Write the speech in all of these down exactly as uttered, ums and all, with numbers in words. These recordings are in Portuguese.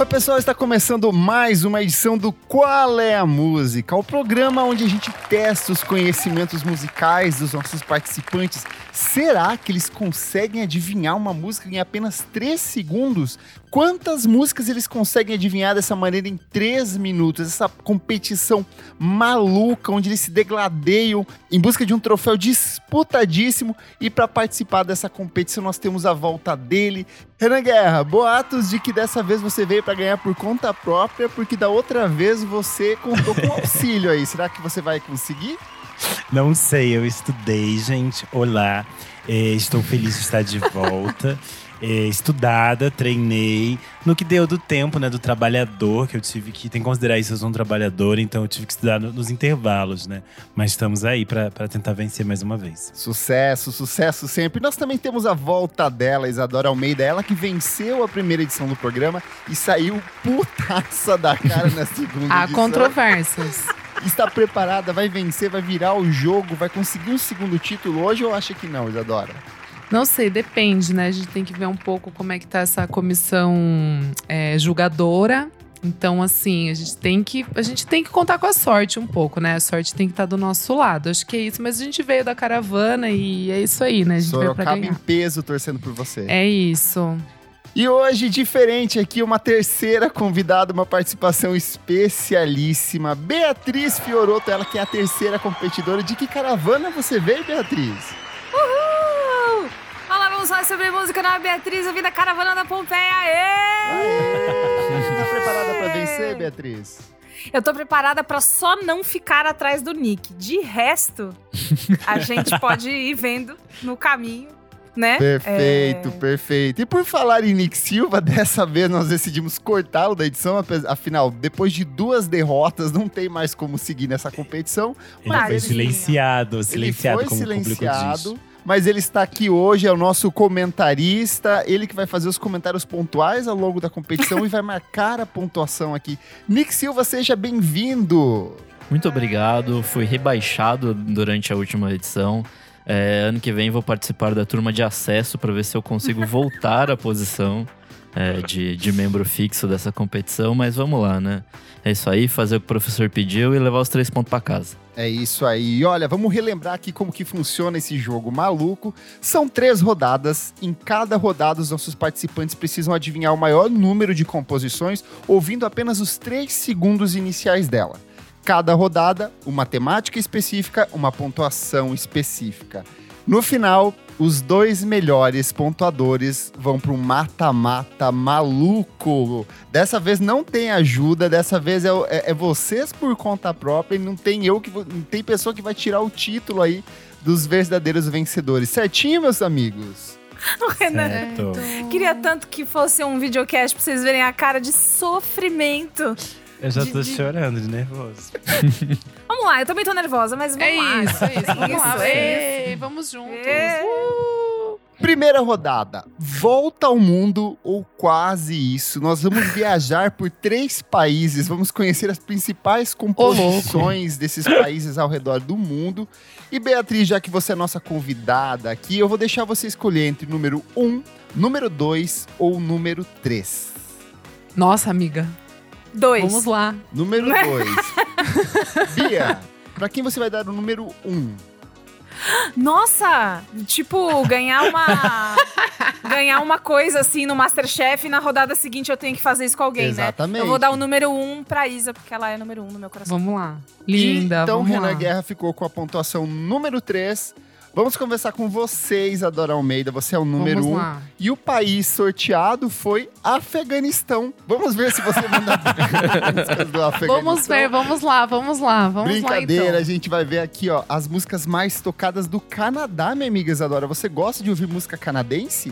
Fala pessoal, está começando mais uma edição do Qual é a Música? O programa onde a gente testa os conhecimentos musicais dos nossos participantes. Será que eles conseguem adivinhar uma música em apenas três segundos? Quantas músicas eles conseguem adivinhar dessa maneira em três minutos? Essa competição maluca onde eles se degladeiam em busca de um troféu disputadíssimo. E para participar dessa competição nós temos a volta dele, Renan Guerra. Boatos de que dessa vez você veio para ganhar por conta própria, porque da outra vez você contou com auxílio aí. Será que você vai conseguir? Não sei, eu estudei, gente. Olá, é, estou feliz de estar de volta. É, estudada, treinei. No que deu do tempo, né, do trabalhador, que eu tive que… Tem que considerar isso, eu sou um trabalhador, então eu tive que estudar no, nos intervalos, né? Mas estamos aí para tentar vencer mais uma vez. Sucesso, sucesso sempre. Nós também temos a volta dela, Isadora Almeida. Ela que venceu a primeira edição do programa e saiu putaça da cara na segunda Há edição. controvérsias. Está preparada, vai vencer, vai virar o jogo, vai conseguir um segundo título hoje ou acha que não, Isadora? Não sei, depende, né? A gente tem que ver um pouco como é que tá essa comissão é, julgadora. Então, assim, a gente, tem que, a gente tem que contar com a sorte um pouco, né? A sorte tem que estar do nosso lado. Acho que é isso. Mas a gente veio da caravana e é isso aí, né? A gente veio pra Sorocaba ganhar. em peso torcendo por você. É isso. E hoje, diferente aqui, uma terceira convidada, uma participação especialíssima. Beatriz Fiorotto, ela que é a terceira competidora. De que caravana você veio, Beatriz? Uhul! Olá, vamos falar sobre música na Beatriz, eu vim da caravana da Pompeia. Aê! Aê! Tá preparada pra vencer, Beatriz? Eu tô preparada pra só não ficar atrás do Nick. De resto, a gente pode ir vendo no caminho, né? Perfeito, É... perfeito. E por falar em Nick Silva, dessa vez nós decidimos cortá-lo da edição. Afinal, depois de duas derrotas, não tem mais como seguir nessa competição. Ele Mas foi silenciado, silenciado ele foi como o público silenciado, diz. mas ele está aqui hoje, é o nosso comentarista. Ele que vai fazer os comentários pontuais ao longo da competição e vai marcar a pontuação aqui. Nick Silva, seja bem-vindo! Muito obrigado, fui rebaixado durante a última edição. É, ano que vem vou participar da turma de acesso para ver se eu consigo voltar à posição é, de, de membro fixo dessa competição, mas vamos lá, né? É isso aí, fazer o que o professor pediu e levar os três pontos para casa. É isso aí. E olha, vamos relembrar aqui como que funciona esse jogo maluco. São três rodadas. Em cada rodada, os nossos participantes precisam adivinhar o maior número de composições, ouvindo apenas os três segundos iniciais dela. Cada rodada, uma temática específica, uma pontuação específica. No final, os dois melhores pontuadores vão para um mata-mata maluco. Dessa vez não tem ajuda, dessa vez é, é, é vocês por conta própria e não tem eu que vou, não tem pessoa que vai tirar o título aí dos verdadeiros vencedores. Certinho, meus amigos? O Renan, Certo. queria tanto que fosse um videocast pra vocês verem a cara de sofrimento. Eu já De- tô de- chorando de nervoso. Vamos lá, eu também tô nervosa, mas vamos É lá. isso, é isso. Vamos lá. Isso, é Ei, vamos juntos. É. Uh! Primeira rodada, volta ao mundo ou quase isso. Nós vamos viajar por três países, vamos conhecer as principais composições desses países ao redor do mundo. E Beatriz, já que você é nossa convidada aqui, eu vou deixar você escolher entre número um, número dois ou número três. Nossa, amiga. Dois. Vamos lá. Número dois. Bia, pra quem você vai dar o número um? Nossa! Tipo, ganhar uma. ganhar uma coisa assim no Masterchef e na rodada seguinte eu tenho que fazer isso com alguém, Exatamente. né? Eu vou dar o número um pra Isa, porque ela é número um no meu coração. Vamos lá. Linda, Então, vamos Renan lá. Guerra ficou com a pontuação número três. Vamos conversar com você, Isadora Almeida. Você é o número Vamos um. lá. E o país sorteado foi Afeganistão. Vamos ver se você manda músicas do Afeganistão. Vamos ver, vamos lá, vamos lá. Vamos Brincadeira, lá, a então. gente vai ver aqui, ó, as músicas mais tocadas do Canadá, minha amiga Isadora. Você gosta de ouvir música canadense?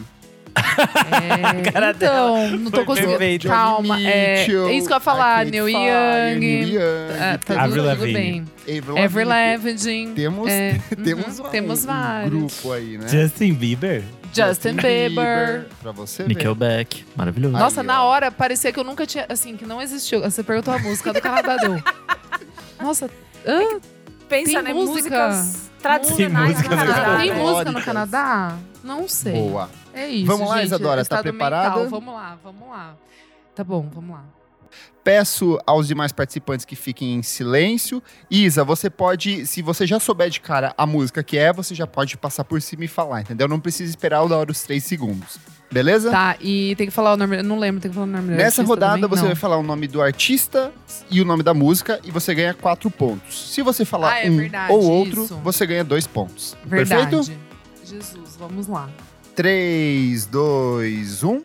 É, cara então, não tô Foi conseguindo. perfeito. Calma, é, Mitchell, é isso que eu ia falar. Arcade Neil Fire, Young. Neil Young, É, tá Avril tudo, tudo Lavigne. bem. Avril Avril Lavigne. Lavigne. Temos, é, temos, uhum, um, temos um vários. grupo aí, né? Justin Bieber? Justin Bieber. Pra você ver. Nickelback, maravilhoso. Nossa, Aí, na ó. hora parecia que eu nunca tinha. Assim, que não existiu. Você perguntou a música do Canadá, deu. Nossa, ah, Pensa, Tem né? música. Músicas tradicionais música do no Canadá. tem música no Folclóricas. Canadá? Não sei. Boa. É isso. Vamos lá, gente, Isadora, tá estado preparada? mental. Vamos lá, vamos lá. Tá bom, vamos lá. Peço aos demais participantes que fiquem em silêncio. Isa, você pode, se você já souber de cara a música que é, você já pode passar por cima e falar, entendeu? Não precisa esperar o da hora dos três segundos. Beleza? Tá, e tem que falar o nome. Eu não lembro, tem que falar o nome do Nessa artista rodada, também? você Não. vai falar o nome do artista e o nome da música e você ganha quatro pontos. Se você falar Ah, é um verdade, ou outro, isso. você ganha dois pontos. Verdade. Perfeito? Jesus, vamos lá. três, dois, um.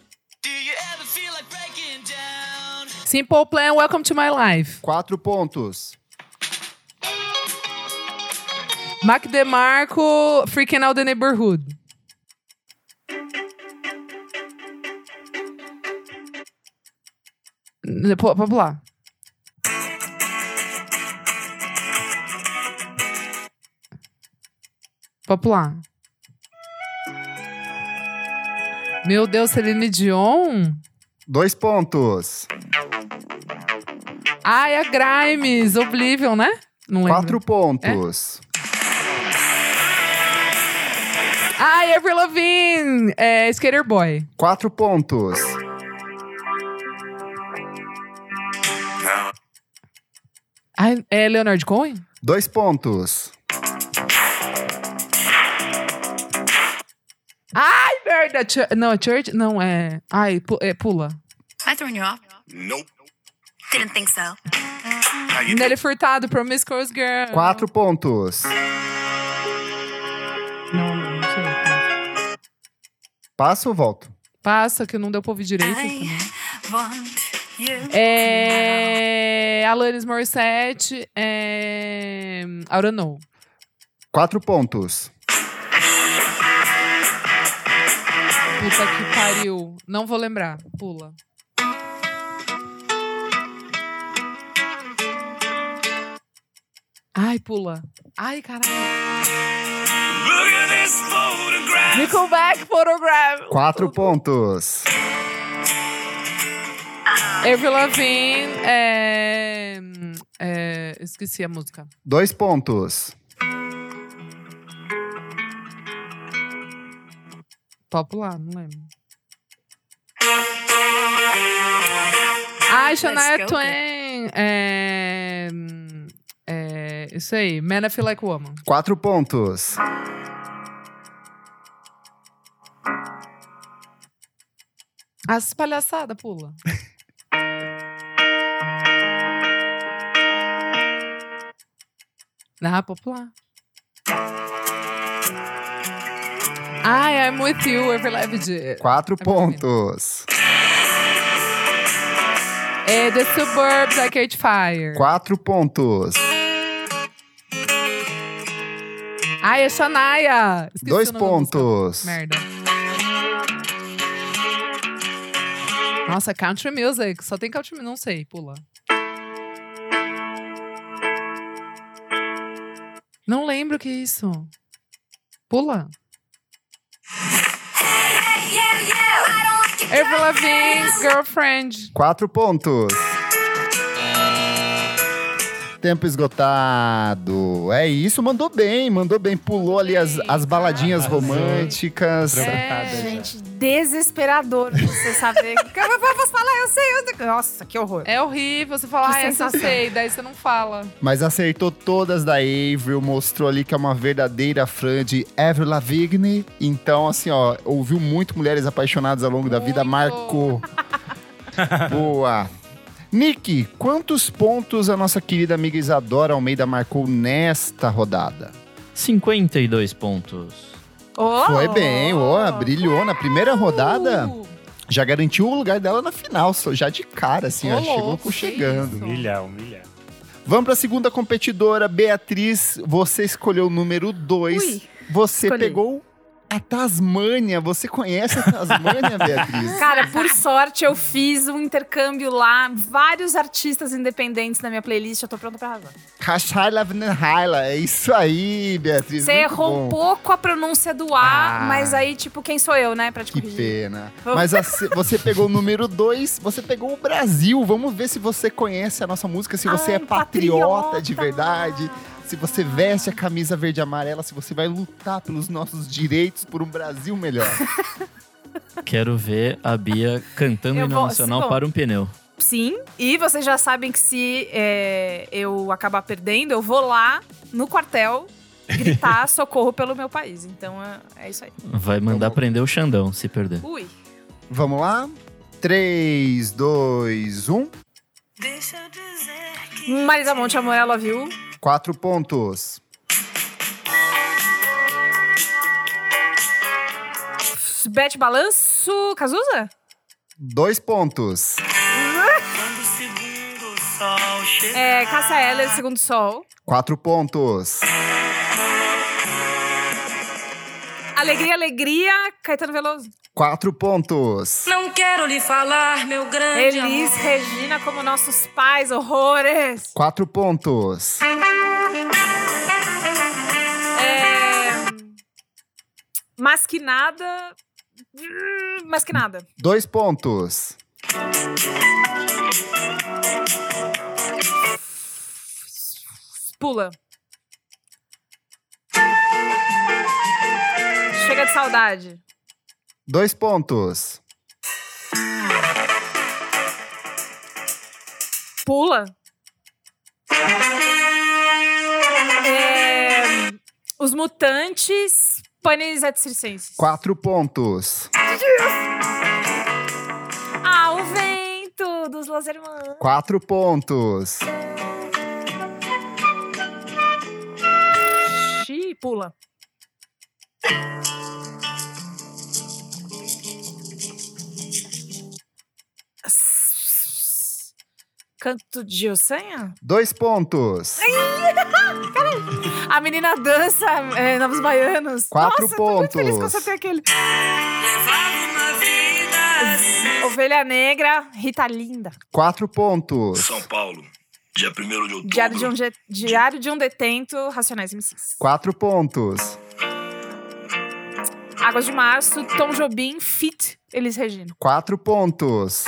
Simple Plan, Welcome to My Life. Quatro pontos. Mac DeMarco, Freaking Out the Neighborhood. Pô, vamos lá. Vamos lá. Meu Deus, Celine Dion? Dois pontos. Ai, a Grimes, Oblivion, né? Não lembro. Quatro pontos. Ai, Avril Lavigne, é, Skater Boy. Quatro pontos. Ai, é Leonard Cohen? Dois pontos. Ai, merda! Ch- não, é Church? Não, é... Ai, pu- é, pula. I thrown you off? Nope. Didn't think so. How you Nelly Furtado, Promiscuous Girl. Quatro pontos. Não, não, não sei. Passa ou volto? Passa, que não deu pra ouvir direito. I também. want you. É... Alanis Morissette, é... I don't know. Quatro pontos. Puta que pariu. Não vou lembrar. Pula. Ai, pula. Ai, caralho. look at this photograph? Nickelback Photograph. Quatro pontos. Avril Lavigne, é... é... Esqueci a música. Dois pontos. Pode pular, não lembro. Ai, Shania Let's go, Twain. É... é... Isso aí, Man, I Feel Like Woman. Quatro pontos. As palhaçadas, pula. Ah, pode pular. Ai, I'm With You, Avril Lavigne. Quatro Avril Lavigne. pontos. É The Suburbs, Arcade Fire. Quatro pontos. Ai, é Shania. Esqueci Dois o nome da música. pontos. Merda. Nossa, country music. Só tem country music. Não sei, pula. Não lembro o que é isso. Pula. Avril Lavigne, Girlfriend. Quatro pontos. Tempo esgotado. É isso, mandou bem, mandou bem. Pulou ali as, as baladinhas Arrasou. românticas. É. Gente, desesperador você saber. que eu posso falar, eu sei. Eu sei. Nossa, que horror. É horrível. Você fala, Que ah, essa eu sensação. sei. Daí você não fala. Mas acertou todas da Avril, mostrou ali que é uma verdadeira fã de Avril Lavigne. Então, assim, ó, ouviu muito Mulheres Apaixonadas ao longo da vida, Muito. marcou. Boa. Nick, quantos pontos a nossa querida amiga Isadora Almeida marcou nesta rodada? cinquenta e dois pontos. Oh, Foi bem, ó, brilhou na primeira rodada. Uh, Já garantiu o lugar dela na final, só já de cara, assim, Ô, ó, chegou louco, que chegando. isso? Humilhar, humilhar. Vamos pra segunda competidora, Beatriz, você escolheu o número dois. Ui, Você escolhi. pegou a Tasmânia. Você conhece a Tasmânia, Beatriz? Cara, por sorte eu fiz um intercâmbio lá, vários artistas independentes na minha playlist, eu tô pronta pra arrasar. Rashayla Vanenhaila, é isso aí, Beatriz. Você muito errou bom. um pouco a pronúncia do A, Ah. mas aí, tipo, quem sou eu, né, pra te Que corrigir? pena. Mas a- você pegou o número dois, você pegou o Brasil. Vamos ver se você conhece a nossa música, se você Ai, é patriota de patriota. verdade, se você veste a camisa verde e amarela, se você vai lutar pelos nossos direitos por um Brasil melhor. Quero ver a Bia cantando Eu o hino vou- nacional bom. para um pneu. Sim, e vocês já sabem que se é, eu acabar perdendo, eu vou lá no quartel gritar socorro pelo meu país. Então é, é isso aí. Vai mandar Vamos. prender o Xandão, se perder. Ui. Vamos lá? três, dois, um. Deixa eu dizer que Marisa Monte, Amor, I Love You. Quatro pontos. Bete Balanço, Cazuza? Dois pontos. Quando o segundo sol chegar. É, Cássia Eller, Segundo Sol. Quatro pontos. Alegria, Alegria, Caetano Veloso. Quatro pontos. não quero lhe falar, meu grande Elis, amor. Regina, Como Nossos Pais, Horrores. Quatro pontos. É... Mais que nada. Hum, Mais que nada. Dois pontos. Pula. Chega de saudade. Dois pontos. Pula. É... Os Mutantes, Pânis et Circenses. Quatro pontos. Ah, o Vento, dos Los Hermanos. Quatro pontos. Xiii, pula. Canto de Ossanha? Dois pontos. A menina dança, é, Novos Baianos. Quatro Nossa, eu tô muito feliz que eu pontos. acertei aquele. Levava uma vida assim. Ovelha Negra, Rita Linda. Quatro pontos. São Paulo, dia primeiro de outubro. Diário de um, de- Diário de um Detento, Racionais M Cs. Quatro pontos. Águas de Março, Tom Jobim, Fit, Elis Regina. Quatro pontos.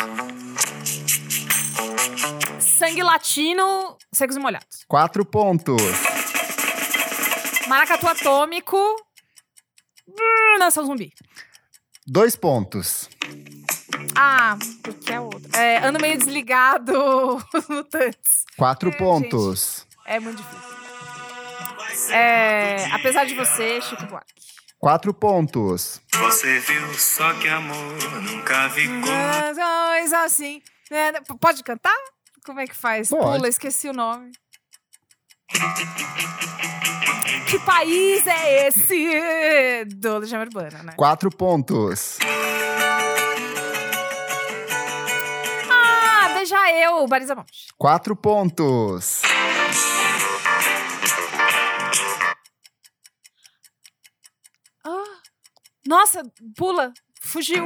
Sangue Latino, Secos e Molhados. Quatro pontos. Maracatu Atômico, Brrr, Nação Zumbi. Dois pontos. Ah, porque é outro. É, Ano Meio Desligado, Os Mutantes. Quatro É, pontos. É muito difícil. É, Apesar de Você, Chico Buarque. Quatro pontos. Você viu só que amor nunca ficou. Coisa assim. É, Pode cantar? Como é que faz? Pode. Pula, esqueci o nome. Que país é esse? Do Legião Urbana, né? Quatro pontos. Ah, Beija Eu, Marisa Monte. Quatro pontos. Ah, nossa, pula, fugiu.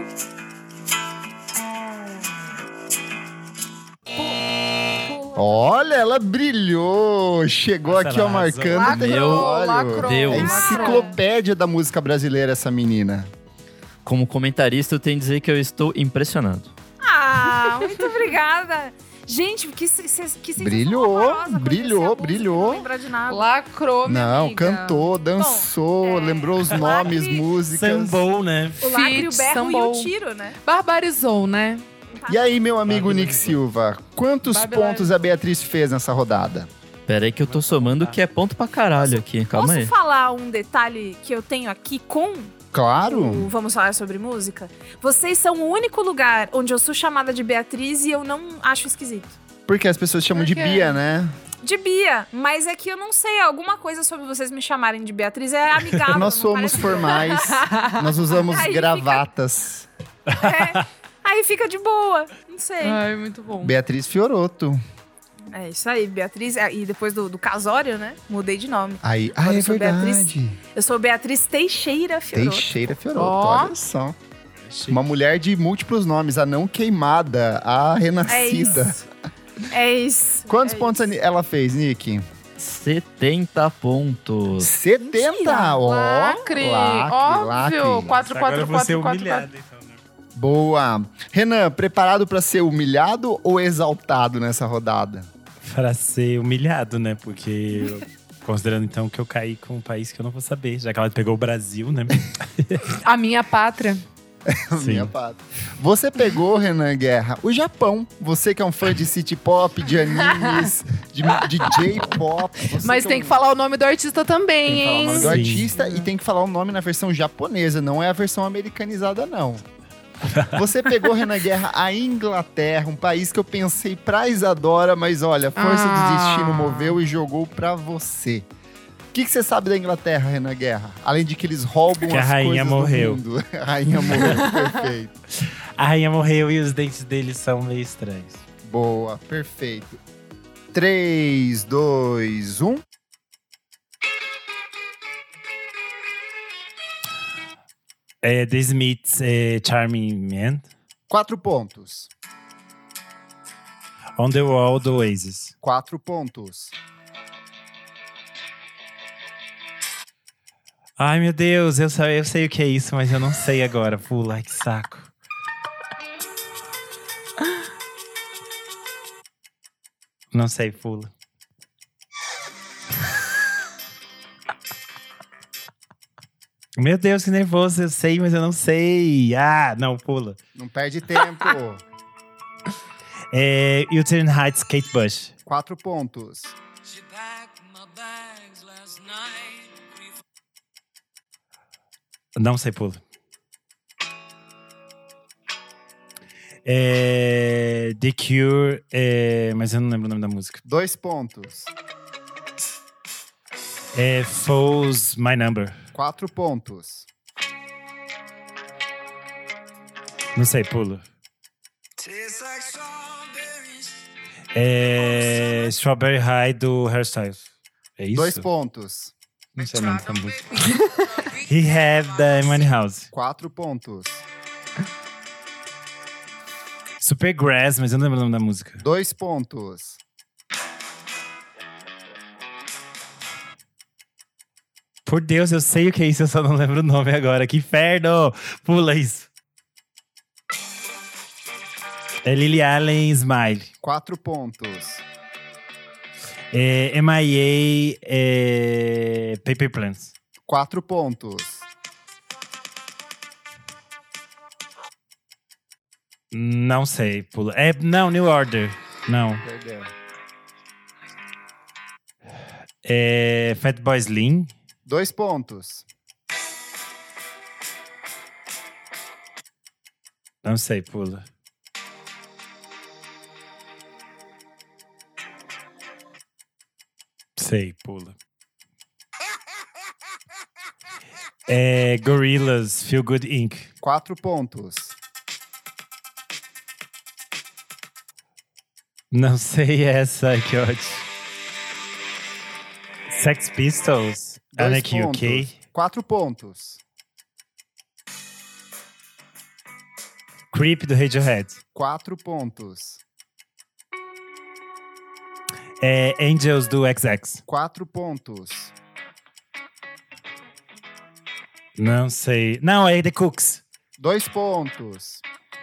Pula. Olha, ela brilhou. Chegou Nossa, aqui, ó, ela arrasou. marcando. Meu território. lacrou, Deus. É enciclopédia da música brasileira, essa menina. Como comentarista, eu tenho que dizer que eu estou impressionado. Ah, muito obrigada. Gente, que, se- se- que sensação Brilhou, horrorosa quando brilhou, descer a música e brilhou. Não lembrar de nada. Lacrou, minha Não, amiga. cantou, dançou, é, lembrou os lacre- nomes, músicas. Sambou, né? O lacre, o Fit, berro sambou. e o tiro, né? Barbarizou, né? E aí, meu amigo Babilônia. Nick Silva, quantos Babilônia. pontos a Beatriz fez nessa rodada? Pera aí que eu tô somando que é ponto pra caralho aqui. Calma Posso aí. falar um detalhe que eu tenho aqui com Claro. o Vamos Falar Sobre Música? Vocês são o único lugar onde eu sou chamada de Beatriz e eu não acho esquisito. Porque as pessoas chamam Por de quê? Bia, né? De Bia, mas é que eu não sei, alguma coisa sobre vocês me chamarem de Beatriz é amigável. Nós não somos parece- formais, nós usamos Aí fica- gravatas. É, aí fica de boa, não sei. Ai, muito bom. Beatriz Fioroto. É isso aí, Beatriz. é, E depois do, do casório, né? Mudei de nome. Aí, ah, Agora é eu sou Beatriz verdade. Eu sou Beatriz Teixeira Fioroto. Teixeira Fioroto, Ó. olha só. Uma mulher de múltiplos nomes, a não queimada, a É renascida. isso. É isso. Quantos é pontos isso. ela fez, Nick? setenta pontos. setenta! Mentira. Ó, Lacre, lacre, óbvio. lacre. quatro, Agora eu quatro, vou ser quatro, quatro, humilhado, quatro. então, né? Boa. Renan, preparado pra ser humilhado ou exaltado nessa rodada? Pra ser humilhado, né? Porque, eu- considerando então que eu caí com um país que eu não vou saber, já que ela pegou o Brasil, né? A minha pátria. Sim. Minha pata. Você pegou, Renan Guerra, o Japão. Você que é um fã de city pop, de animes, de, de J-pop. você Mas é tem um- que falar o nome do artista também, Tem que falar o hein? nome do Sim. artista e tem que falar o nome na versão japonesa, não é a versão americanizada, não. Você pegou, Renan Guerra, a Inglaterra, um país que eu pensei pra Isadora, mas olha, a força Ah. do destino moveu e jogou pra você. O que, que você sabe da Inglaterra, Renan Guerra? Além de que eles roubam Que a as rainha coisas morreu. do mundo. A rainha morreu, perfeito. A rainha morreu e os dentes dele são meio estranhos. Boa, perfeito. três, dois, um. É, The Smiths, é, Charming Man. Quatro pontos. On the Wall do Oasis. Quatro pontos. Ai, meu Deus, eu sei, eu sei o que é isso, mas eu não sei agora. Pula, ai, que saco. Não sei, pula. Meu Deus, que nervoso, eu sei, mas eu não sei. Ah, não, pula. Não perde tempo. É, Wuthering Heights, Kate Bush. Quatro pontos. She packed my bags last night. Não sei, pula. É, The Cure, é, mas eu não lembro o nome da música. Dois pontos. É Foes My Number. Quatro pontos. Não sei, pula. Tastes like strawberries. É Strawberry High do Hairstyles. É isso? Dois pontos. Não sei o nome dessa música. He Had the Money House. Quatro pontos. Supergrass, mas eu não lembro o nome da música. Dois pontos. Por Deus, eu sei o que é isso, eu só não lembro o nome agora. Que inferno! Pula isso. É Lily Allen Smile. Quatro pontos. É M I A é Paper Plans. Quatro pontos. Não sei, pula. É, não, New Order. Não. Perdeu. É Fatboy Slim. Dois pontos. Não sei, pula. Sei, pula. É Gorillaz, Feel Good Incorporated. Quatro pontos. Não sei essa, que ótimo. Sex Pistols, Dois Anarchy pontos. U K. Quatro pontos. Creep do Radiohead. Quatro pontos. É Angels do X X. Quatro pontos. Não sei. Não, é The Cooks. Dois pontos.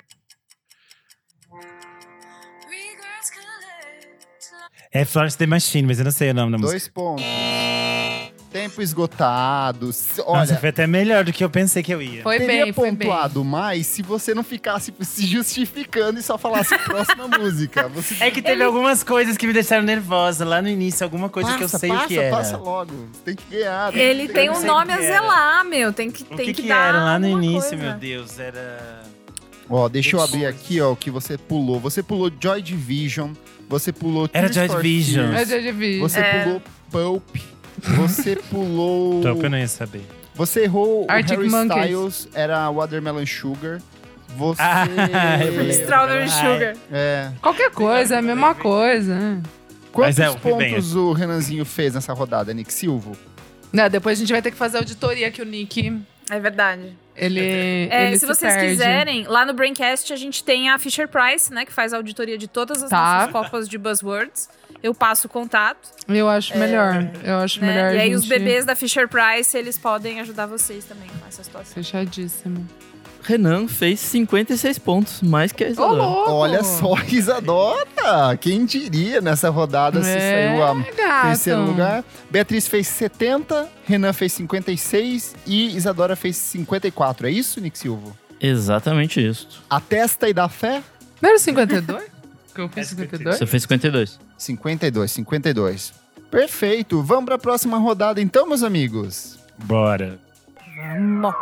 Regrets collect. É Florence the Machine, mas eu não sei o nome da música. Dois pontos. Tempo esgotado. Se- Nossa, Olha, foi até melhor do que eu pensei que eu ia. Foi teria bem, foi bem. pontuado mais se você não ficasse se justificando e só falasse a próxima música. Você É que teve algumas coisas que me deixaram nervosa lá no início, alguma coisa que eu passa, sei passa, o que era. Passa logo. Você tem que ganhar. Ele tem não um sei nome o a que era. zelar, meu. Tem que, O tem que, que, que dar era lá no alguma início, coisa. meu Deus? Era. Ó, deixa eu abrir aqui, ó, o que você pulou. Você pulou Joy Division, você pulou Era Tears Joy for Division. Fears, Eu já vi. Você É. pulou Pulp, você pulou... Então eu não ia saber. Você errou Arctic o Harry Monkeys. Styles, era Watermelon Sugar. Você... Ah, eu falei. Strawberry Ai. Sugar. É. Qualquer coisa, é a mesma coisa. Quantos Mas é, eu fui bem. pontos o Renanzinho fez nessa rodada, Nick Silva? Não, depois a gente vai ter que fazer a auditoria que o Nick, É verdade. ele, É, ele se vocês perde. quiserem, lá no Braincast a gente tem a Fisher Price, né? Que faz a auditoria de todas as Tá. nossas copas de Buzzwords. Eu passo o contato. Eu acho melhor. Eu acho Né? melhor E aí a os gente- bebês da Fisher Price, eles podem ajudar vocês também com essa situação. Fechadíssimo. Renan fez cinquenta e seis pontos, mais que a Ô, Isadora. louco! Olha só, Isadora! Quem diria nessa rodada se É, saiu a gato. terceiro lugar. Beatriz fez setenta, Renan fez cinquenta e seis e Isadora fez cinquenta e quatro. É isso, Nick Silva? Exatamente isso. A testa e da fé? Não era cinquenta e dois? Que eu fiz cinquenta e dois? Você fez cinquenta e dois. cinquenta e dois, cinquenta e dois. Perfeito. Vamos para a próxima rodada então, meus amigos. Bora. Vamos.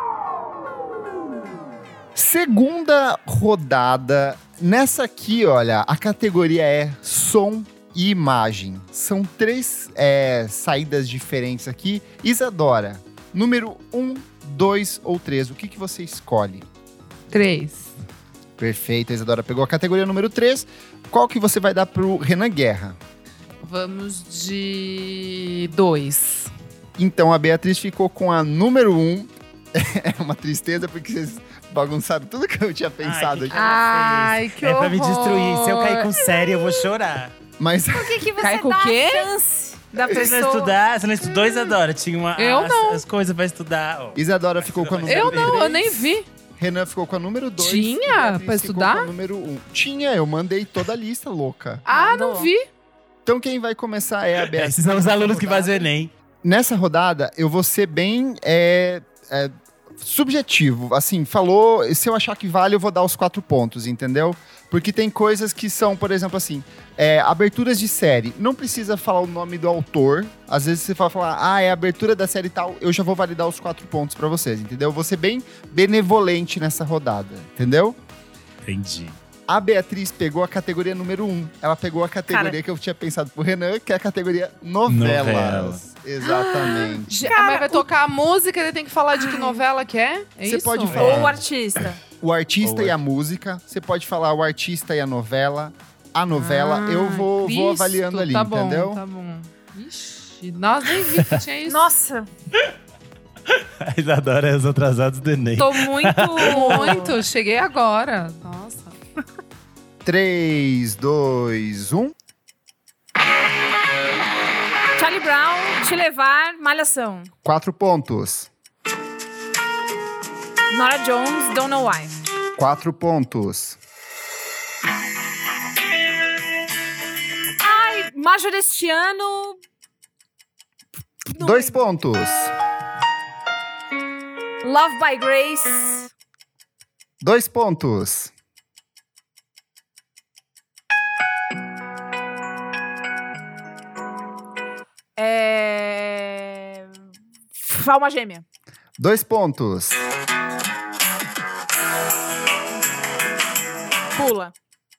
Segunda rodada. Nessa aqui, olha, a categoria é som e imagem. São três é, saídas diferentes aqui. Isadora, número um, dois ou três, o que, que você escolhe? Três. Perfeito, a Isadora pegou a categoria número três. Qual que você vai dar pro Renan Guerra? Vamos de dois. Então, a Beatriz ficou com a número um. É uma tristeza, porque vocês bagunçaram tudo que eu tinha pensado Ai, aqui. que ela Ai, fez? que É pra me horror. destruir. Se eu cair com série, eu vou chorar. Mas Por que, que você Cai com o dá quê? a chance da Você não pessoa? estudar? Você não estudou, Isadora? Tinha uma, Eu as, não. as coisas pra estudar. Ó. Isadora ficou com a número Eu três. não, eu nem vi. Renan ficou com a número dois. Tinha e Beatriz pra ficou estudar? com a número um. Tinha, eu mandei toda a lista, louca. Ah, Mandou. não vi. Então quem vai começar é a Beatriz. Esses são os alunos que Rodada. fazem o Enem. Nessa rodada, eu vou ser bem é, é, subjetivo. Assim, falou, se eu achar que vale, eu vou dar os quatro pontos, entendeu? Porque tem coisas que são, por exemplo, assim, é, aberturas de série. Não precisa falar o nome do autor. Às vezes você fala, falar, ah, é a abertura da série tal, eu já vou validar os quatro pontos pra vocês, entendeu? Eu vou ser bem benevolente nessa rodada, entendeu? Entendi. A Beatriz pegou a categoria número um. Ela pegou a categoria Cara. que eu tinha pensado pro Renan, que é a categoria novelas. Novela. Exatamente. Ge- Cara, Mas vai o- tocar a música, ele tem que falar de que novela que é? É Você isso? pode Ou falar. o artista. O artista Ou e a música. Você pode falar o artista e a novela. A novela, Ah, eu vou, vou Cristo, avaliando ali, tá bom, entendeu? Tá bom. Ixi, nós nem vi que tinha isso. Nossa, A Isadora é os atrasados do Enem. tô muito... Muito, cheguei agora. Nossa. três, dois, um. Charlie Brown, Te Levar, Malhação. Quatro pontos. Nora Jones, Don't Know Why. Quatro pontos. Ai, Major este ano... Não Dois lembro. pontos. Love by Grace. Dois pontos. É... Alma Gêmea. Dois pontos. Pula.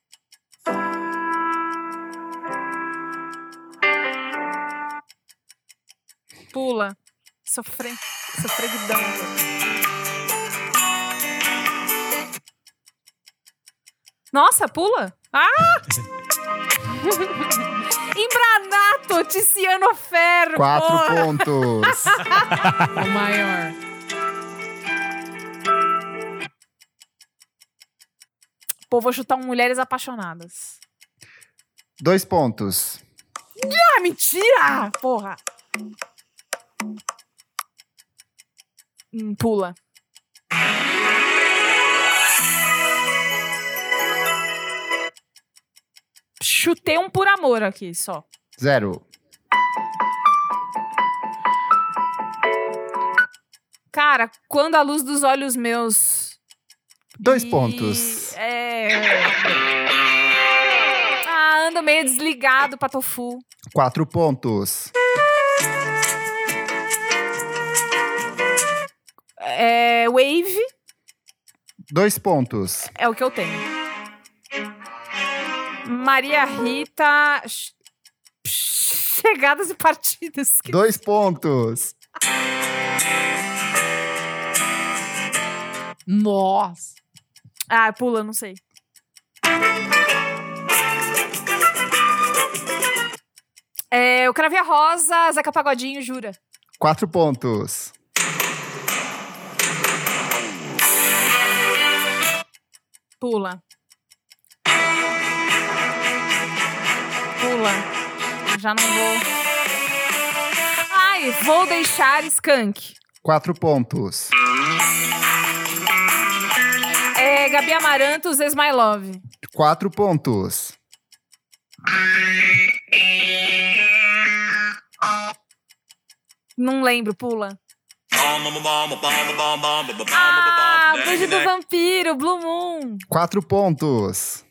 Pula. Sofre... Sofreguidão. Nossa, pula. Ah! Embranato, Tiziano Ferro. Quatro porra. pontos. O maior. Pô, vou chutar um Mulheres Apaixonadas. Dois pontos. Ah, mentira! Porra. Hum, pula. Chutei um por amor aqui, só. Zero. Cara, quando a luz dos olhos meus... Dois E- pontos. É... Ah, ando meio desligado, Patofu. Quatro pontos. É... Wave Dois pontos. é o que eu tenho. Maria Rita... Ch- Chegadas e partidas. Que- Dois pontos. Nossa. Ah, pula, não sei. É, eu cravei a rosa, Zeca Pagodinho, jura. Quatro pontos. Pula. Pula. Já não vou. Ai, vou deixar Skank. Quatro pontos. É, Gabi Amarantos, Is My Love. Quatro pontos. Não lembro, pula. Ah, Beijo do Vampiro, Blue Moon. Quatro pontos.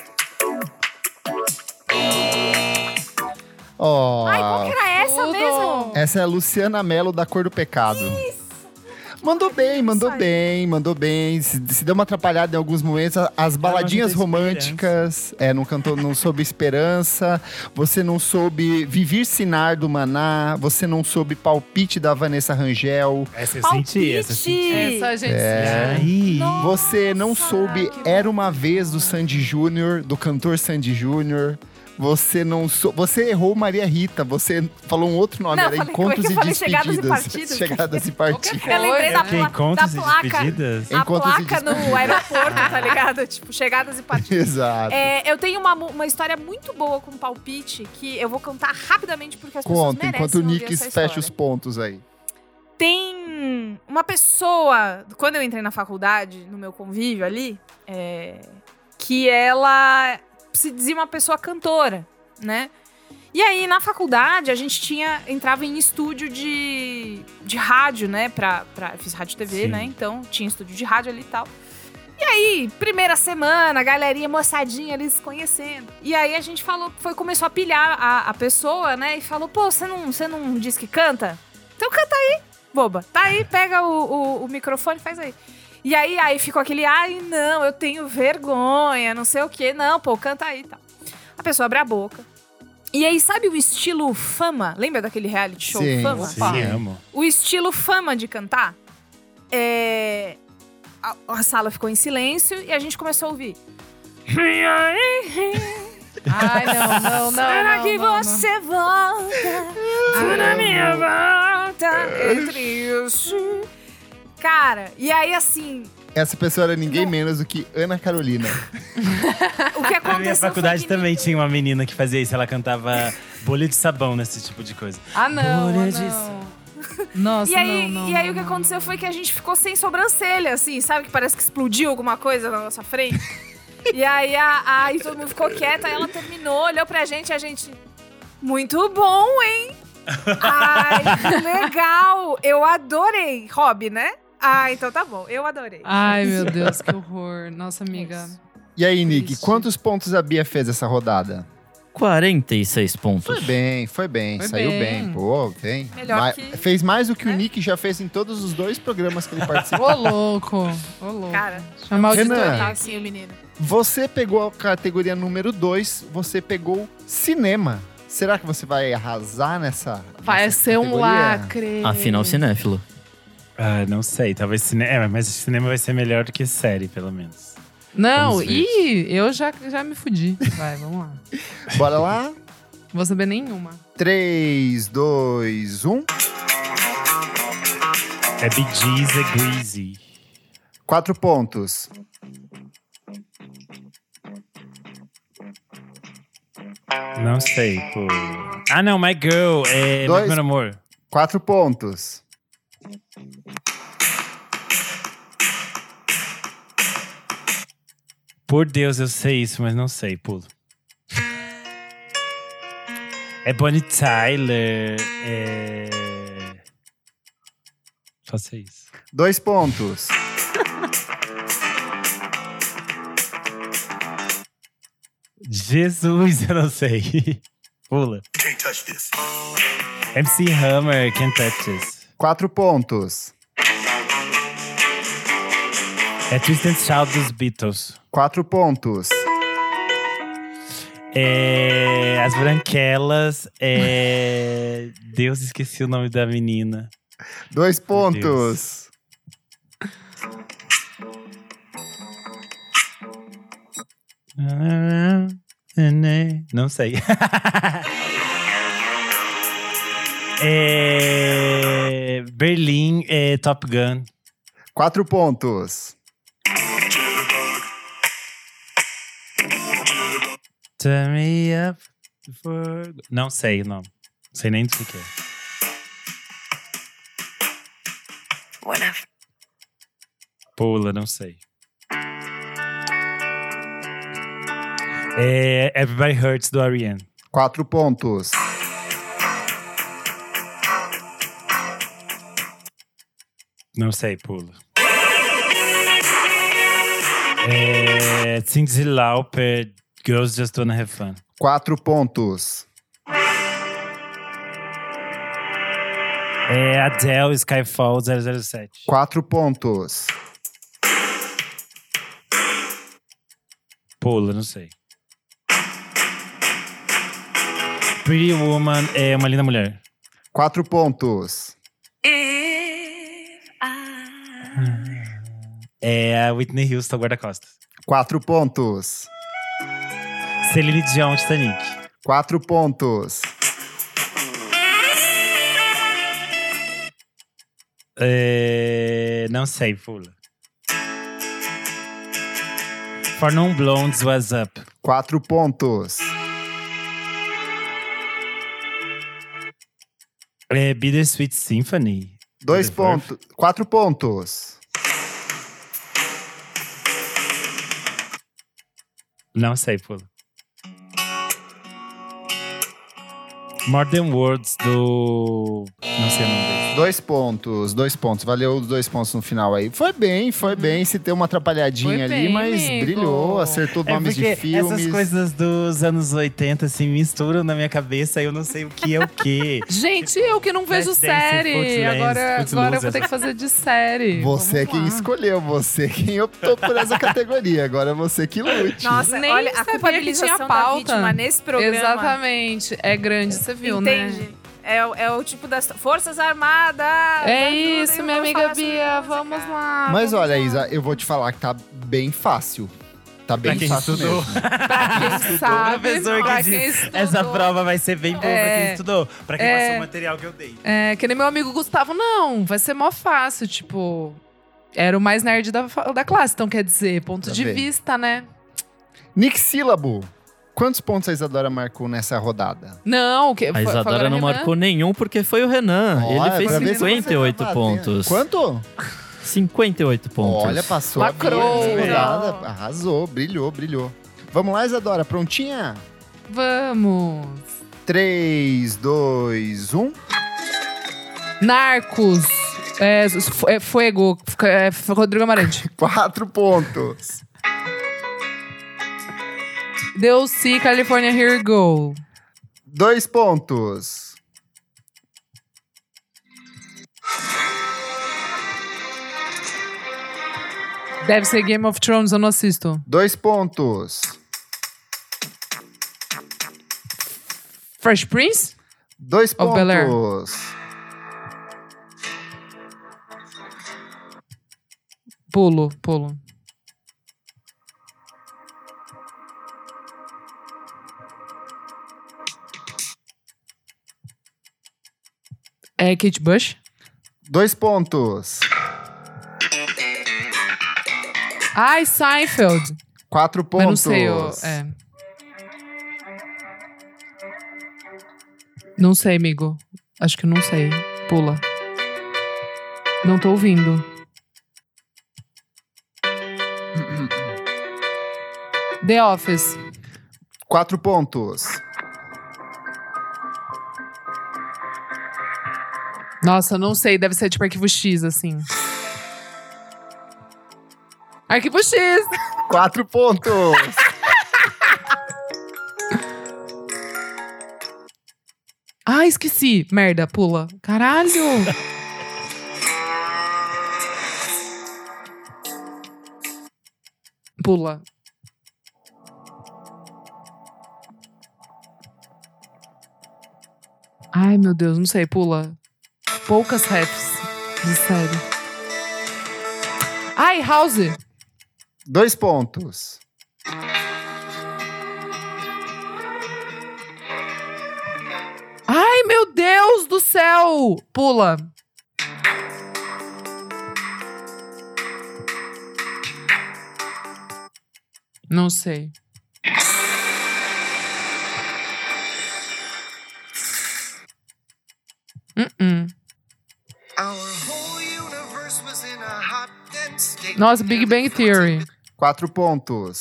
Ó, Ai, qual que era essa Tudo. mesmo? essa é a Luciana Mello da Cor do Pecado. Mandou bem, mandou Isso aí. bem, mandou bem. Se, se deu uma atrapalhada em alguns momentos. A- As baladinhas cantou românticas. É, não cantou, não soube Esperança. Você não soube Vivir Sinar do Maná. Você não soube Palpite da Vanessa Rangel. Essa eu senti, essa eu senti. Essa, gente. É. Aí. Nossa, Você não soube que Era Uma Vez do Sandy Júnior, do cantor Sandy Júnior. Você não sou, você errou Maria Rita. Você falou um outro nome, Não, era falei- Encontros como é que e eu falei? Despedidas. Chegadas e Partidas? Chegadas e Qualquer Partidas. coisa. Eu lembrei da, Que pla da encontros e placa. despedidas? A Encontros e placa no aeroporto, tá ligado? Tipo, chegadas e partidas. Exato. É, eu tenho uma, mu- uma história muito boa com palpite que eu vou contar rapidamente porque as pessoas Conta, merecem enquanto o ouvir Nick essa fecha história. os pontos aí. Tem uma pessoa, quando eu entrei na faculdade, no meu convívio ali, é, que ela se dizia uma pessoa cantora, né? E aí, na faculdade, a gente tinha entrava em estúdio de, de rádio, né? Pra, pra, fiz rádio e T V, Sim. né? Então, tinha estúdio de rádio ali e tal. E aí, primeira semana, a galerinha moçadinha ali se conhecendo. E aí, a gente falou, foi, começou a pilhar a, a pessoa, né? E falou, pô, você não, você não diz que canta? Então canta aí, boba. Tá aí, pega o, o, o microfone e faz aí. E aí, aí ficou aquele, ai, não, eu tenho vergonha, não sei o quê. Não, pô, canta aí e tal. A pessoa abre a boca. E aí, sabe o estilo Fama? Lembra daquele reality show Sim, Fama? Sim, Opa. amo. O estilo Fama de cantar, é... a, a sala ficou em silêncio e a gente começou a ouvir. Ai, não, não, não. Será não, que não, não. você volta na minha volta entre os... Cara, e aí assim, Essa pessoa era ninguém menos do que Ana Carolina. o que aconteceu Na minha foi faculdade que também tinha uma menina que fazia isso. Ela cantava bolha de sabão nesse tipo de coisa. Ah, não, Bolha ah, de não. Nossa, E aí, não, não, e aí não, o que não. aconteceu foi que a gente ficou sem sobrancelha, assim, sabe? Que parece que explodiu alguma coisa na nossa frente. E aí, a, a- aí todo mundo ficou quieto, aí ela terminou, olhou pra gente e a gente... Muito bom, hein? Ai, que legal! Eu adorei. Hobby, né? Ah, então tá bom. Eu adorei. Ai, meu Deus, que horror. Nossa, amiga. E aí, Nick, Triste. quantos pontos a Bia fez essa rodada? quarenta e seis pontos. Foi bem, foi bem, Foi saiu bem. bem. Pô, bem. Melhor Ma- que- Fez mais do que o né? Nick já fez em todos os dois programas que ele participou. Ô, louco. Ô, louco. Cara, Chamar o Renan. auditoria tá aqui. assim o menino. Você pegou a categoria número dois, você pegou cinema. Será que você vai arrasar nessa Vai nessa ser um categoria? lacre. Afinal, cinéfilo. Ah, não sei. Talvez cinema. É, mas cinema vai ser melhor do que série, pelo menos. Não, Vamos ver. ih, eu já, já me fudi. Vai, vamos lá. Bora lá? Não vou saber nenhuma. três, dois, um. É Bee Gees, é Greasy. Quatro pontos. Não sei, pô. Ah, não, My Girl. É Dois. Meu Amor. Quatro pontos. Por Deus, eu sei isso, mas não sei, pulo. É Bonnie Tyler. É. Só sei isso. Dois pontos. Jesus, eu não sei. Pula. M C Hammer, Can't Touch This. Quatro pontos. É Twisted Shout dos Beatles. Quatro pontos. É. As Branquelas. É. Deus, esqueci o nome da menina. Dois Meu pontos. Não sei. é... Berlim, é Top Gun. Quatro pontos. Turn me up for... Não sei o nome. Não sei nem do que é. Pula, não sei. É Everybody Hurts do R E M. Quatro pontos. Não sei, pula. É, Cyndi Lauper, Girls Just Wanna Have Fun. Quatro pontos. É Adele, Skyfall, zero zero sete. Quatro pontos. Pula, não sei. Pretty Woman, é Uma Linda Mulher. Quatro pontos. É a Whitney Houston, Guarda-Costas. Quatro pontos. Celine Dion, Titanic. Quatro pontos. É, não sei, pula. For Non Blondes, What's Up. Quatro pontos. É Bittersweet Symphony. Dois The pontos. Quatro pontos. Não sei, pula. More Than Words, do... Não sei o nome dele. Dois pontos, dois pontos. Valeu os dois pontos no final aí. Foi bem, foi bem. Se tem uma atrapalhadinha Foi ali, bem, mas amigo. brilhou, acertou É nomes porque de filmes. essas coisas dos anos oitenta, assim, misturam na minha cabeça e eu não sei o que é o que. Gente, eu que não vejo Flash Dance, série. Footloose, Agora, Footloose, agora eu vou essa- ter que fazer de série. Você é Vamos quem lá. escolheu, você quem optou por essa categoria. Agora é você que lute. Nossa, Nem olha, a sabia culpabilização que tinha da pauta. vítima nesse programa. Exatamente. É grande, você viu, Entende? né? É, o- é o tipo das Forças Armadas. É ajuda, isso, eu minha vou amiga falar sobre Bia. música. Vamos lá. Mas vamos olha, lá. Isa, eu vou te falar que tá bem fácil. Tá bem Pra quem fácil estudou. mesmo. Pra quem sabe, Professor pra que quem disse, estudou. essa prova vai ser bem boa pra É. quem estudou. Pra quem É. passou o material que eu dei. É, que nem meu amigo Gustavo, não. Vai ser mó fácil, tipo… Era o mais nerd da, fa- da classe, então quer dizer, ponto Tá de bem. vista, né? Nick Sílabo. Quantos pontos a Isadora marcou nessa rodada? Não, o que… A foi- foi Isadora agora não Renan? marcou nenhum porque foi o Renan. Olha, Ele fez pra ver se você cinquenta e oito tá batendo. pontos. Quanto? cinquenta e oito pontos. Olha, passou Lacrou. a Bia nessa rodada. Arrasou, brilhou, brilhou. Vamos lá, Isadora, prontinha? Vamos. três, dois, um. Narcos. É, fu- é, Fuego. É, Rodrigo Amarante. Quatro pontos. Deus See, California, Here We Go. Dois pontos. Deve ser Game of Thrones, eu não assisto. Dois pontos. Fresh Prince? Dois Of Bel-Air. pontos. Pulo, pulo. É Kate Bush? Dois pontos. Ai, Seinfeld. Quatro Mas não pontos. sei, eu, é. Não sei, amigo. Acho que não sei. Pula. Não tô ouvindo. The Office. Quatro pontos. Nossa, não sei. Deve ser tipo Arquivo X, assim. Arquivo X! Quatro pontos. Ah, esqueci. Merda, pula. Caralho! Pula. Ai, meu Deus, não sei, pula. Poucas refs de série. Ai, House! Dois pontos. Ai, meu Deus do céu! Pula. Não sei. Uh-uh. Nossa, Big Bang Theory. Quatro pontos.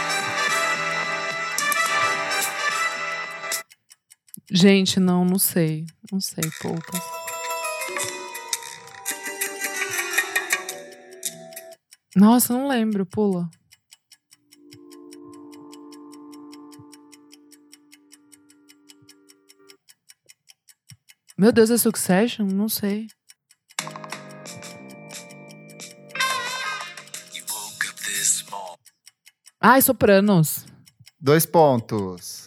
Gente, não, não sei. Não sei, poucas. Nossa, não lembro. Pula. Meu Deus, é Succession? Não sei. Ai, Sopranos. Dois pontos.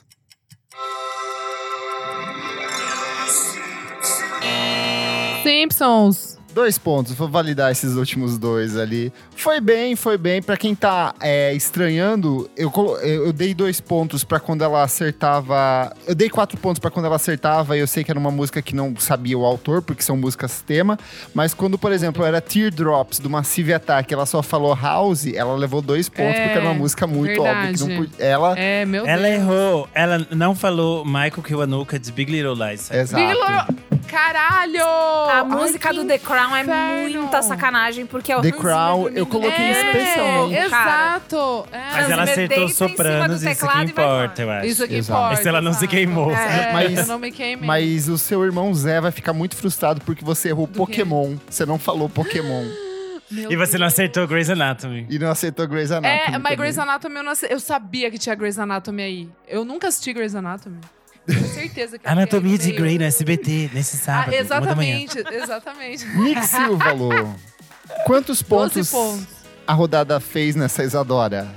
Simpsons. Dois pontos, vou validar esses últimos dois ali. Foi bem, foi bem. Pra quem tá é, estranhando, eu, colo- eu eu dei dois pontos pra quando ela acertava. Eu dei quatro pontos pra quando ela acertava. E eu sei que era uma música que não sabia o autor, porque são músicas tema. Mas quando, por exemplo, era Teardrops do Massive Attack, ela só falou House, ela levou dois pontos, É, porque era uma música muito óbvia. Que não verdade. podia- ela. É, meu Ela Deus. errou. Ela não falou Michael Kiwanuka de Big Little Lies. sabe? Exato. Big Little- Caralho! A Ai, música que do The Crown é inferno. muita sacanagem, porque é o The Hans Crown, Zimmer eu coloquei É, especialmente. Cara. exato. É. Mas ela Hans Zimmer acertou deita em cima Sopranos, do isso que teclado e vai importa, eu acho. Isso que Exato. importa. Se ela não se exato. queimou. É, Mas- eu não me queimei. Mas o seu irmão Zé vai ficar muito frustrado porque você errou Do quê? Pokémon. Você não falou Pokémon. Meu E você não Deus. acertou Grey's Anatomy. E não aceitou Grey's Anatomy. É, mas também. Grey's Anatomy eu não ace- eu sabia que tinha Grey's Anatomy aí. Eu nunca assisti Grey's Anatomy. Tenho certeza que Anatomia eu de tenho. Grey no S B T, nesse sábado, Ah, uma da manhã. exatamente, exatamente. Nick Silva, Lô. Quantos pontos, doze pontos. a rodada fez nessa Isadora?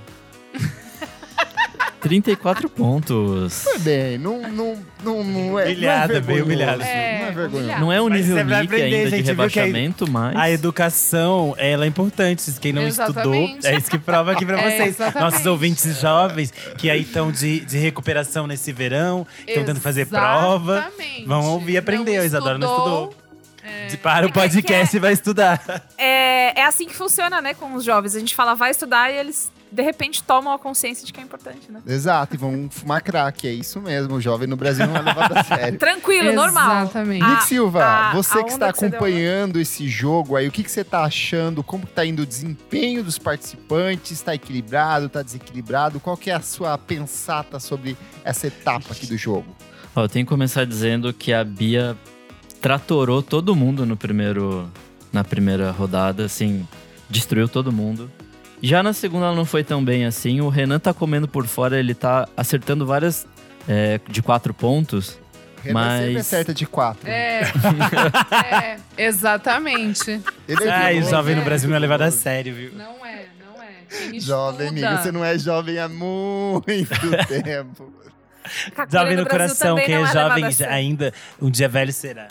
trinta e quatro pontos. Foi bem, não, não, não, não é. Humilhada, não é bem vergonhoso, humilhada. É, não é vergonhoso. humilhada. Não é um Mas nível você vai Nick aprender, ainda gente, de viu que a- rebaixamento, mas… A educação, ela é importante. Quem não Exatamente. estudou, é isso que prova aqui pra É, vocês. exatamente. Nossos ouvintes jovens, que aí estão de, de recuperação nesse verão, estão tentando fazer prova. Exatamente. Vão ouvir e aprender. Não A Isadora não estudou. É. De- Para o podcast e vai estudar. É, é assim que funciona, né, com os jovens. A gente fala, vai estudar, e eles, de repente, tomam a consciência de que é importante, né? Exato, e vão fumar crack, é isso mesmo. O jovem no Brasil não é levado a sério. Tranquilo, normal. Exatamente. A- Nick Silva, a- você a que está onda que você deu, acompanhando esse jogo aí, o que, que você está achando? Como está indo o desempenho dos participantes? Está equilibrado? Está desequilibrado? Qual que é a sua pensata sobre essa etapa aqui do jogo? Ó, eu tenho que começar dizendo que a Bia tratorou todo mundo no primeiro, na primeira rodada, assim, destruiu todo mundo. Já na segunda ela não foi tão bem assim. O Renan tá comendo por fora, ele tá acertando várias é, de quatro pontos. Renan Mas- sempre acerta de quatro. É, é, exatamente. Ele é Ai, o guloso, jovem no é. Brasil não é levado a sério, viu? Não é, não é. Quem Jovem, estuda- amigo, você não é jovem há muito tempo. Kakura Jovem no Brasil coração, também quem não é levado jovem a sério. ainda, um dia velho será.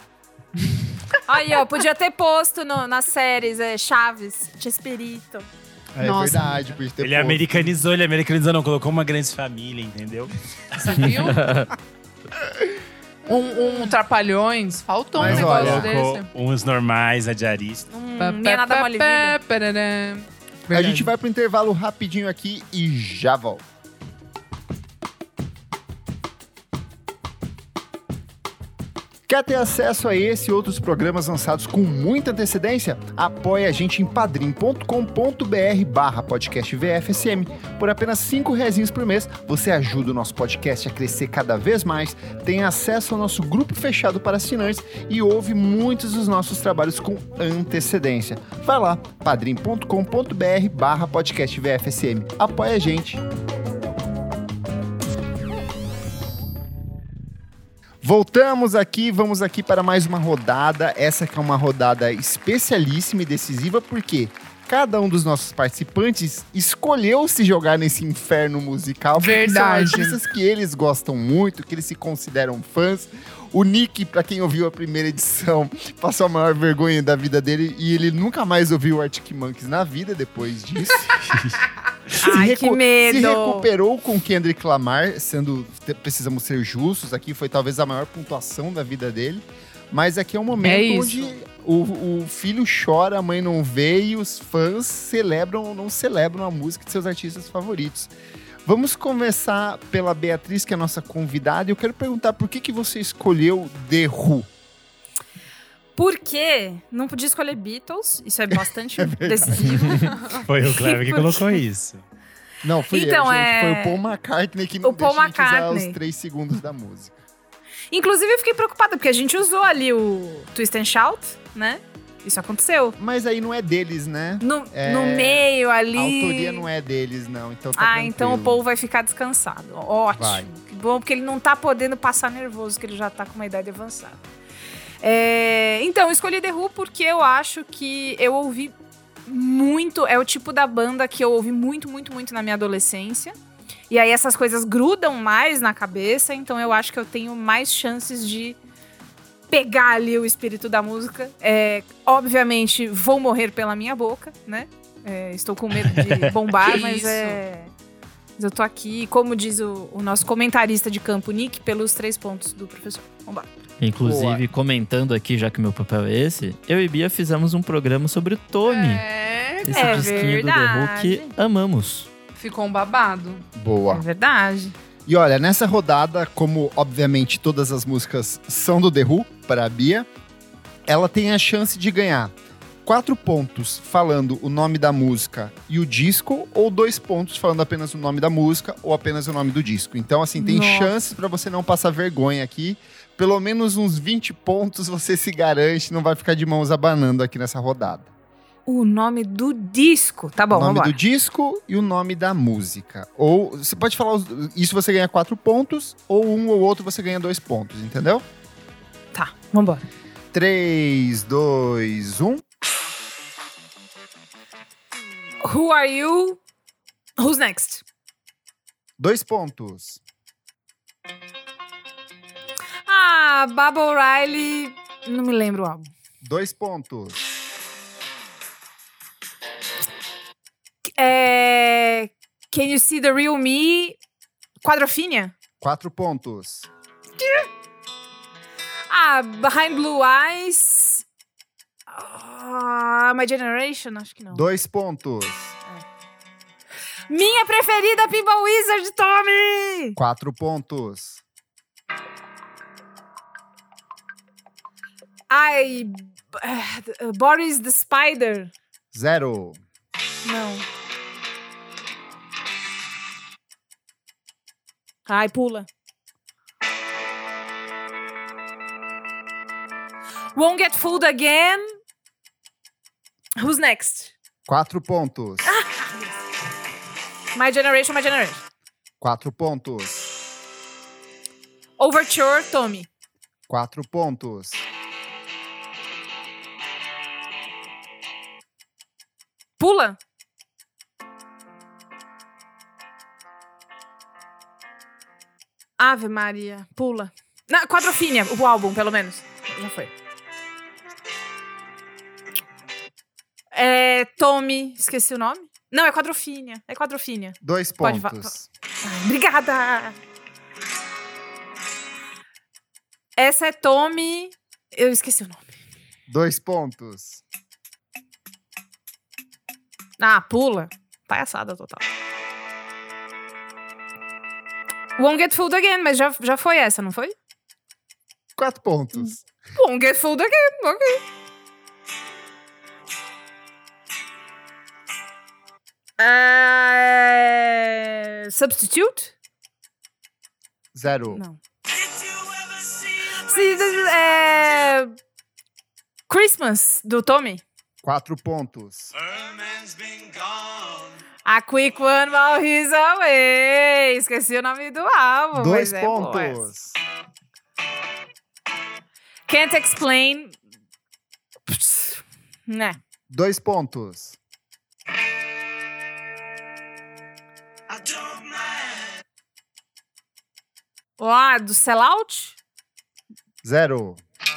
Aí, ó, podia ter posto no- nas séries, é, Chaves, Chespirito. É Nossa, verdade, por isso ter Ele posto. americanizou, ele americanizou, não, colocou uma grande família, entendeu? Você viu? um, um Trapalhões. Faltou Mas um negócio olha, Colocou desse. uns normais, adiaristas. Hum, nem é nada mole vida. Parará. A gente vai pro intervalo rapidinho aqui e já volta. Quer ter acesso a esse e outros programas lançados com muita antecedência? Apoie a gente em padrim.com.br barra podcast V F S M. Por apenas cinco reais por mês, você ajuda o nosso podcast a crescer cada vez mais, tem acesso ao nosso grupo fechado para assinantes e ouve muitos dos nossos trabalhos com antecedência. Vai lá, padrim.com.br barra podcast V F S M. Apoie a gente. Voltamos aqui, vamos aqui para mais uma rodada. Essa que é uma rodada especialíssima e decisiva, porque cada um dos nossos participantes escolheu se jogar nesse inferno musical. porque Verdade. São artistas que eles gostam muito, que eles se consideram fãs. O Nick, pra quem ouviu a primeira edição, passou a maior vergonha da vida dele e ele nunca mais ouviu o Arctic Monkeys na vida depois disso. Se Ai, recu- que medo. Se recuperou com Kendrick Lamar, sendo, te- precisamos ser justos, aqui foi talvez a maior pontuação da vida dele. Mas aqui é um momento É isso. onde o, o filho chora, a mãe não vê e os fãs celebram ou não celebram a música de seus artistas favoritos. Vamos começar pela Beatriz, que é a nossa convidada. E eu quero perguntar por que, que você escolheu The Who? Porque não podia escolher Beatles, isso é bastante decisivo. Foi o Cleber que colocou isso. Não, fui Então, eu, gente. é- Foi o Paul McCartney que não O Paul deixa a gente usar McCartney. os três segundos da música. Inclusive, eu fiquei preocupada, porque a gente usou ali o Twist and Shout, né? Isso aconteceu. Mas aí não é deles, né? No, É, no meio ali. A autoria não é deles, não. Então tá Ah, tranquilo. então o povo vai ficar descansado. Ótimo. Vai. Que bom, porque ele não tá podendo passar nervoso, que ele já tá com uma idade avançada. É, então, eu escolhi The Who porque eu acho que eu ouvi muito. É o tipo da banda que eu ouvi muito, muito, muito na minha adolescência. E aí essas coisas grudam mais na cabeça, então eu acho que eu tenho mais chances de pegar ali o espírito da música. É, obviamente, vou morrer pela minha boca, né? É, estou com medo de bombar, Que mas isso? é. Mas eu tô aqui, como diz o, o nosso comentarista de campo, Nick, pelos três pontos do professor. Vambora. Inclusive, Boa. comentando aqui, já que meu papel é esse, eu e Bia fizemos um programa sobre o Tommy. É, Esse É disquinho do The Who que verdade. amamos. ficou um babado. Boa. É verdade. E olha, nessa rodada, como obviamente todas as músicas são do The Who, para a Bia, ela tem a chance de ganhar quatro pontos falando o nome da música e o disco, ou dois pontos falando apenas o nome da música ou apenas o nome do disco. Então, assim, tem Nossa. chances para você não passar vergonha aqui. Pelo menos uns vinte pontos você se garante, não vai ficar de mãos abanando aqui nessa rodada. O nome do disco. Tá bom, o nome vambora. do disco e o nome da música. Ou você pode falar, os- isso você ganha quatro pontos, ou um ou outro você ganha dois pontos, entendeu? Tá, vambora. três, dois, um. Who are you? Who's next? Dois pontos. Ah, Baba O'Reilly. Não me lembro o álbum. Dois pontos. É... Can You See the Real Me? Quadrofinha? Quatro pontos. Ah, Behind Blue Eyes. Ah, My Generation? Acho que não. Dois pontos. Minha preferida, Pinball Wizard, Tommy! Quatro pontos. Ai. uh, Boris the Spider. Zero. Não. Ai, pula. Won't Get Fooled Again. Who's next? Quatro pontos. My Generation, My Generation. Quatro pontos. Overture, Tommy. Quatro pontos. Pula. Ave Maria. Pula. Não, Quadrofinha, o álbum, pelo menos. Já foi. É, Tommy. Esqueci o nome? Não, é Quadrofinha. É Quadrofinha. Dois Pode va- pontos. Ai, obrigada! Essa é Tommy. Eu esqueci o nome. Dois pontos. Ah, pula. Palhaçada total. Won't Get Fooled Again, mas já, já foi essa, não foi? Quatro pontos. Won't Get Fooled Again, ok. É... Substitute? Zero. Não. Se- é... Christmas, do Tommy. Quatro pontos. A Quick One While He's Away. Esqueci o nome do álbum. Dois mas é boa essa. pontos. Can't Explain. Pss, né? Dois pontos. Lá, do Sellout? Zero.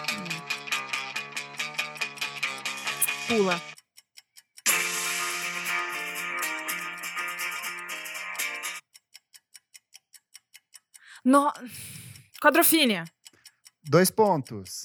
Pula. No... Quadrofinha. Dois pontos.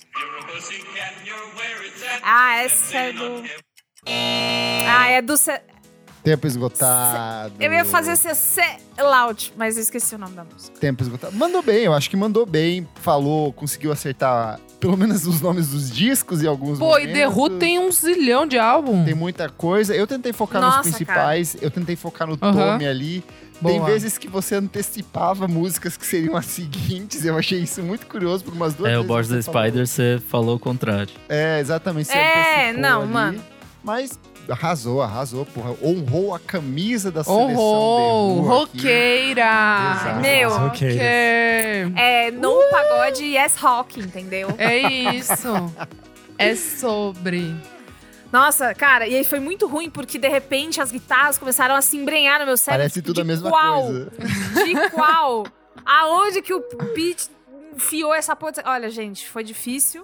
Ah, essa é do... Ah, é do... Se... Tempo esgotado. Eu ia fazer esse Sellout, mas eu esqueci o nome da música. Tempo esgotado. Mandou bem, eu acho que mandou bem. Falou, conseguiu acertar pelo menos os nomes dos discos e alguns Pô, momentos. e The Who tem um zilhão de álbum. Tem muita coisa. Eu tentei focar Nossa, nos principais, eu tentei focar no Aham. Tommy ali. Tem Boa. vezes que você antecipava músicas que seriam as seguintes. Eu achei isso muito curioso por umas duas É, o vezes. Boys você the falou. Spider, você falou o contrário. É, exatamente. Você É, antecipou não, ali, mano. Mas arrasou, arrasou, porra. Honrou a camisa da Honrou, seleção The Who aqui. roqueira. Exato. Meu. roqueira. É, no pagode Yes Rock, entendeu? É isso. É sobre. Nossa, cara, e aí foi muito ruim, porque de repente as guitarras começaram a se embrenhar no meu cérebro. Parece tudo de a mesma qual? coisa. De qual? Aonde que o Pete enfiou essa porra? Olha, gente, foi difícil,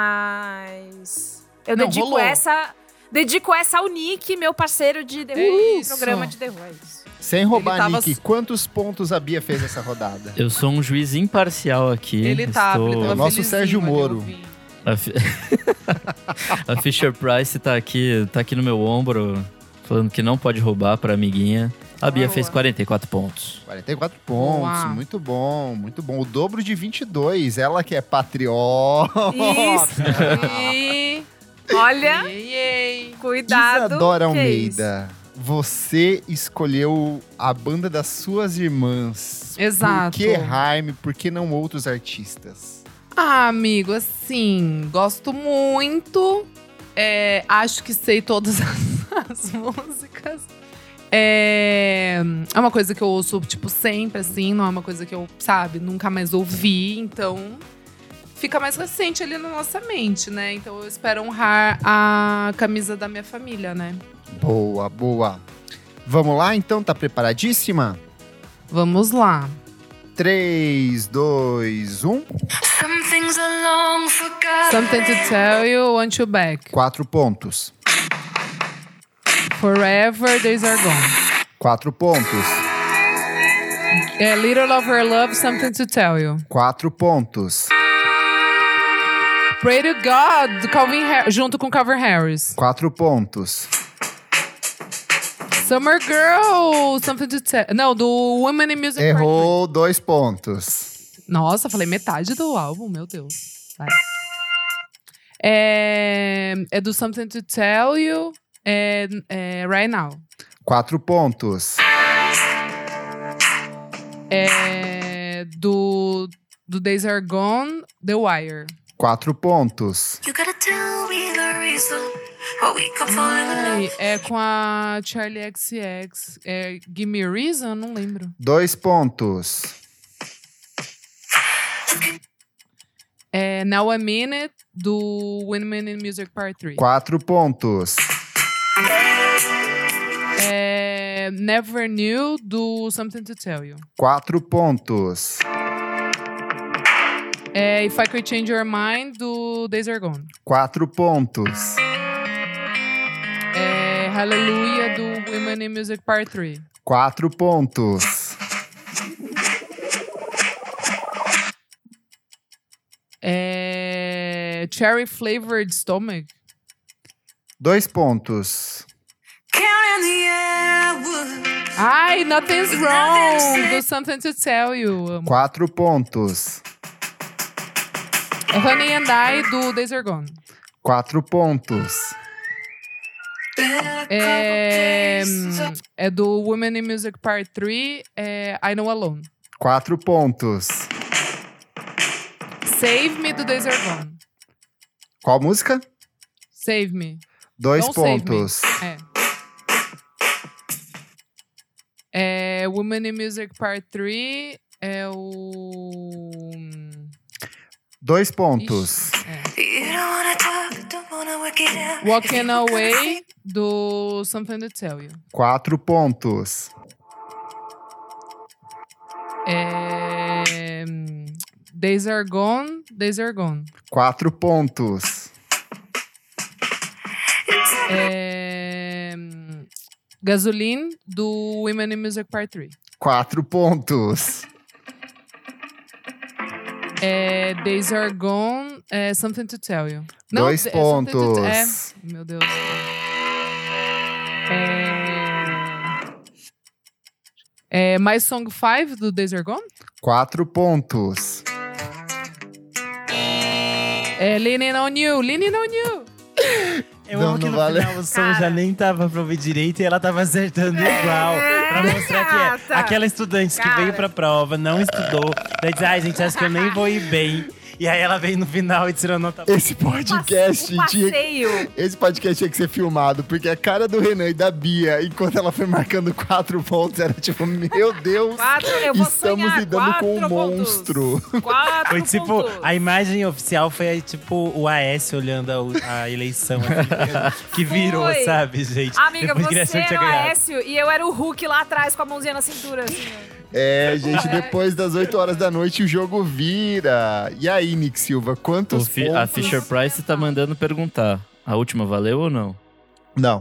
mas... Eu Não, dedico rolou. essa... Dedico essa ao Nick, meu parceiro de The Who, É isso. programa de The Who, é isso. Sem roubar, Ele tava- Nick, quantos pontos a Bia fez nessa rodada? Eu sou um juiz imparcial aqui. Ele tava, Estou... ele tava O nosso felizinho Sérgio ali, Moro. eu vi. A, Fi- a Fisher Price tá aqui, tá aqui no meu ombro, falando que não pode roubar pra amiguinha. A Bia Boa. fez quarenta e quatro pontos. quarenta e quatro pontos, Boa. muito bom, muito bom. O dobro de vinte e dois, ela que é patriota. Isso. E... Olha, Ei, ei. cuidado. Isadora que é isso? Almeida, você escolheu a banda das suas irmãs. Exato. Por que Haim? Por que não outros artistas? Ah, amigo, assim, gosto muito. É, acho que sei todas as, as músicas. É, é uma coisa que eu ouço, tipo, sempre, assim. Não é uma coisa que eu, sabe, nunca mais ouvi. Então, fica mais recente ali na nossa mente, né? Então, eu espero honrar a camisa da minha família, né? Boa, boa. Vamos lá, então? Tá preparadíssima? Vamos lá. três, dois, um. Something's a long forgotten. Something to tell you, want you back. Quatro pontos. Forever, days are gone. Quatro pontos. É, Little of Her Love, Something to Tell You. Quatro pontos. Pray to God, do Calvin Har- junto com Calvin Harris. Quatro pontos. Summer Girl, Something to Tell. Não, do Women in Music Part Errou dois pontos. três. Nossa, falei metade do álbum, meu Deus. Vai. É, é do Something to Tell You, é, é Right Now. Quatro pontos. É do, do Days Are Gone, The Wire. Quatro pontos. You gotta tell me the reason why we can fall in Ai, love. é com a Charlie X C X. É Give Me a Reason? Não lembro. Dois pontos. É Now a Minute, do Women in Music Part três. Quatro pontos. É Never Knew, do Something to Tell You. Quatro pontos. É If I Could Change Your Mind, do Days Are Gone. Quatro pontos. É Hallelujah, do Women in Music Part três. Quatro pontos. É Cherry Flavored Stomach. Dois pontos. Counting the airwood. Ai, Nothing's Wrong, do Something to Tell You. Amo. Quatro pontos. É Honey and I, do Days Are Gone. Quatro pontos. É, é do Women in Music Part três, é I Know Alone. Quatro pontos. Save Me, do Days Are Gone. Qual música? Save Me. Dois Don't Save Me. pontos. É. É Women in Music Part três, é o... Dois pontos. Ixi, é. You don't wanna talk, don't wanna work it out. Walking Away, do Something to Tell You. Quatro pontos. É... Days Are Gone, Days Are Gone. Quatro pontos. É... Gasoline, do Women in Music Part três. Quatro pontos. É... Days Are Gone, é Something to Tell You. Dois é Something to- pontos. É, meu Deus. É... É My Song cinco, do Days Are Gone? Quatro pontos. É Leaning on You, Leaning on You. Eu Não, amo que não no vale. final o som Cara. já nem tava pra ouvir direito e ela tava acertando igual. Pra mostrar que é gata. aquela estudante que Cara. veio pra prova, não estudou. Daí diz, ai gente, acho que eu nem vou ir bem. E aí ela veio no final e tirou nota boa. Esse podcast o tinha passeio. Esse podcast tinha que ser filmado, porque a cara do Renan e da Bia, enquanto ela foi marcando quatro pontos, era tipo, meu Deus, Quatro, eu vou estamos sonhar, lidando com um quatro pontos. monstro. Quatro Foi tipo, pontos. a imagem oficial foi aí, tipo o Aécio olhando a, a eleição assim, que virou, Foi. sabe, gente? Amiga, Depois que ele você achou que era tinha o ganhado. Aécio e eu era o Hulk lá atrás com a mãozinha na cintura. Assim, ó. É, gente, depois das oito horas da noite o jogo vira. E aí, Nick Silva, O quantos Fi- pontos? a Fisher Price tá mandando perguntar. A última valeu ou não? Não.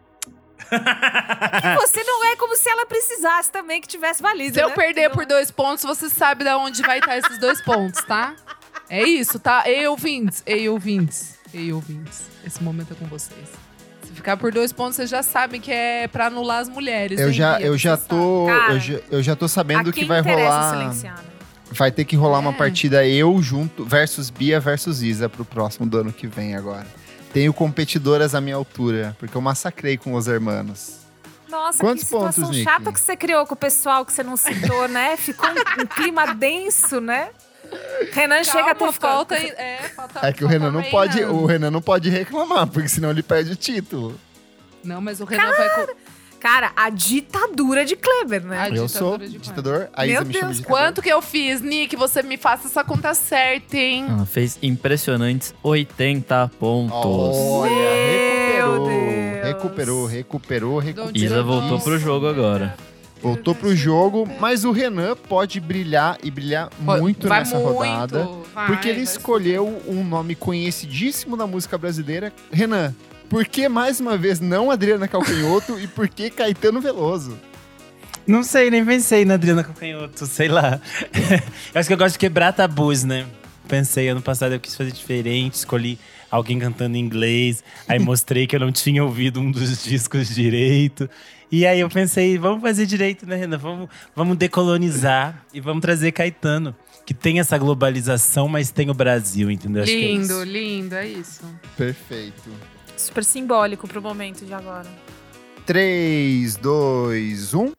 Você não é como se ela precisasse também que tivesse valido, Se eu né? perder Não. por dois pontos, você sabe de onde vai estar esses dois pontos, tá? É isso, tá? Ei, ouvintes, ei, ouvintes, ei, ouvintes. Esse momento é com vocês. Se ficar por dois pontos, vocês já sabem que é pra anular as mulheres. Eu hein, já, Bia? eu Você já sabe. tô. Cara, eu, já, eu já tô sabendo A que quem vai interessa rolar. silenciar, né? Vai ter que rolar uma É. partida eu junto versus Bia versus Isa pro próximo do ano que vem agora. Tenho competidoras à minha altura, porque eu massacrei com os hermanos. Nossa, Quantos que situação pontos, Nick? chata que você criou com o pessoal que você não citou, né? Ficou um, um clima denso, né? Renan chega a ter Calma, ficado... falta, é, falta, É que o falta Renan não bem, pode, né? o Renan não pode reclamar, porque senão ele perde o título. Não, mas o Renan vai... Co... Cara, a ditadura de Kleber, né? A Eu ditadura sou de quanto? ditador, a Meu Isa me chama Deus, de ditador. Quanto que eu fiz, Nick? Você me faça essa conta certa, hein? Ela fez impressionantes oitenta pontos. Olha, Meu recuperou, Deus. recuperou, recuperou, recuperou. Isa voltou pro jogo agora. Voltou pro jogo, mas o Renan pode brilhar e brilhar muito Vai nessa muito, rodada. vai, Porque ele vai escolheu um nome conhecidíssimo da música brasileira. Renan, por que mais uma vez não Adriana Calcanhoto e por que Caetano Veloso? Não sei, nem pensei na Adriana Calcanhoto, sei lá. Eu acho que eu gosto de quebrar tabus, né? Pensei, ano passado eu quis fazer diferente, escolhi alguém cantando em inglês, aí mostrei que eu não tinha ouvido um dos discos direito. E aí eu pensei, vamos fazer direito, né, Renan? Vamos, vamos decolonizar e vamos trazer Caetano, que tem essa globalização, mas tem o Brasil, entendeu? Acho que é Lindo, isso. lindo, é isso. Perfeito. Super simbólico pro momento de agora. três, dois, um.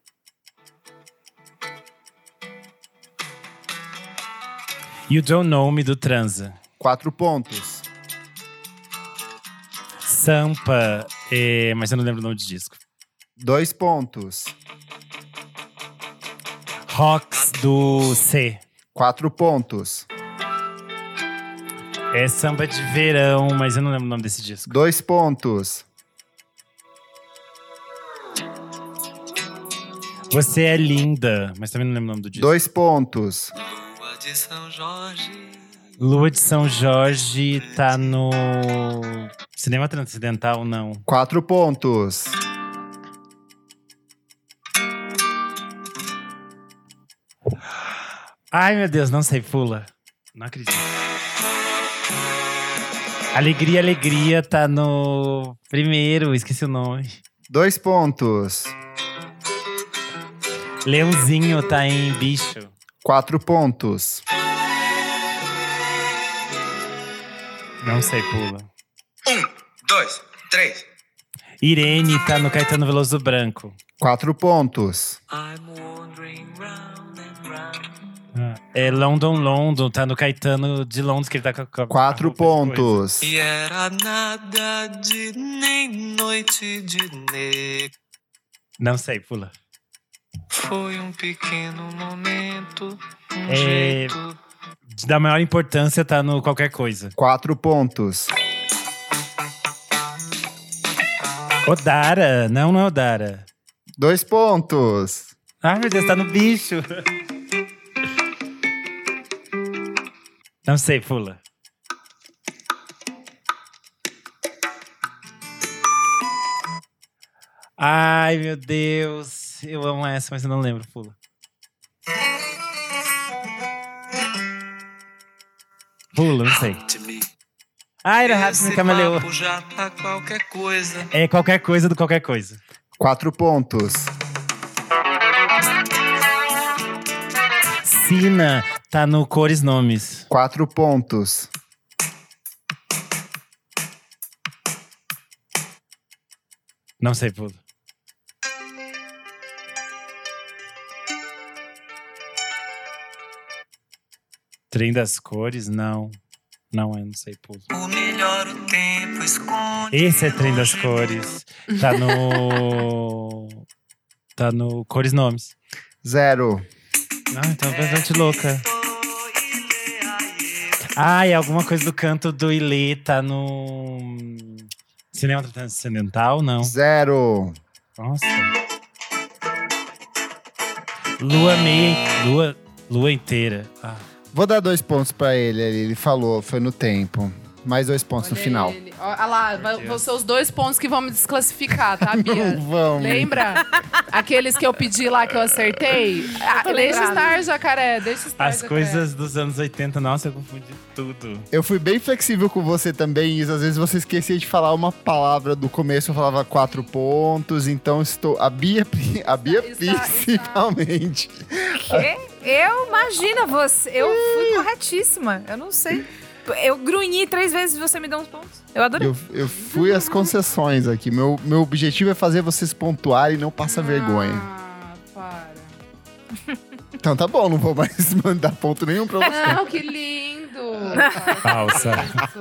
You Don't Know Me, do Transa. Quatro pontos. Sampa, é, mas eu não lembro o nome do disco. Dois pontos. Rocks, do C. Quatro pontos. É Samba de Verão, mas eu não lembro o nome desse disco. Dois pontos. Você é Linda, mas também não lembro o nome do disco. Dois pontos. Lua de São Jorge. Lua de São Jorge tá no Cinema Transcendental, não. Quatro pontos. Ai, meu Deus, não sei, pula. Não acredito. Alegria, Alegria tá no primeiro, esqueci o nome. Dois pontos. Leãozinho tá em Bicho. Quatro pontos. Não sei, pula. Um, dois, três. Irene tá no Caetano Veloso Branco. Quatro pontos. I'm wandering round and round. Ah, É London, London, tá no Caetano de Londres, que ele tá com a com a Quatro roupa de coisa. pontos. E era nada de nem noite de negro. Não sei, pula. Foi um pequeno momento, um É- jeito. Da maior importância tá no Qualquer Coisa. Quatro pontos. Odara, não, não é Odara. Dois pontos. Ai, meu Deus, tá no Bicho. Não sei, pula. Ai, meu Deus. Eu amo essa, mas eu não lembro, pula. Pula, não sei. Ah, era Ratos no Esse Camaleão. papo já tá qualquer coisa. É Qualquer Coisa do Qualquer Coisa. Quatro pontos. Sina tá no Cores Nomes. Quatro pontos. Não sei, pulo. Trem das cores? Não. Não, eu não sei, pulo. O melhor o tempo esconde. Esse é Trem das Cores. Tá no. Tá no Cores Nomes. Zero. Ah, então é bastante louca. Ah, e alguma coisa do canto do Ilê tá no. Cinema Transcendental? Não. Zero. Nossa. Lua meia. Lua, lua inteira. Ah. Vou dar dois pontos pra ele. Ele falou, foi no tempo. Mais dois pontos Olha no final. ele. Olha lá, vai- vão ser os dois pontos que vão me desclassificar, tá, Bia? Vamos. Lembra? Aqueles que eu pedi lá que eu acertei? Ah, tô deixa lembrada. estar, jacaré. Deixa estar, As jacaré. coisas dos anos oitenta, nossa, eu confundi tudo. Eu fui bem flexível com você também, Isa. Às vezes você esquecia de falar uma palavra do começo, eu falava quatro pontos. Então estou. A Bia, pri- a Bia Está- principalmente. Quê? Eu, imagina você. Eu fui corretíssima. Eu não sei. Eu grunhi três vezes e você me deu uns pontos. Eu adorei. Eu, eu fui às concessões aqui. Meu, meu objetivo é fazer vocês pontuarem e não passar vergonha. Ah, para. Então tá bom, não vou mais mandar ponto nenhum pra você. Não, que lindo. Falsa.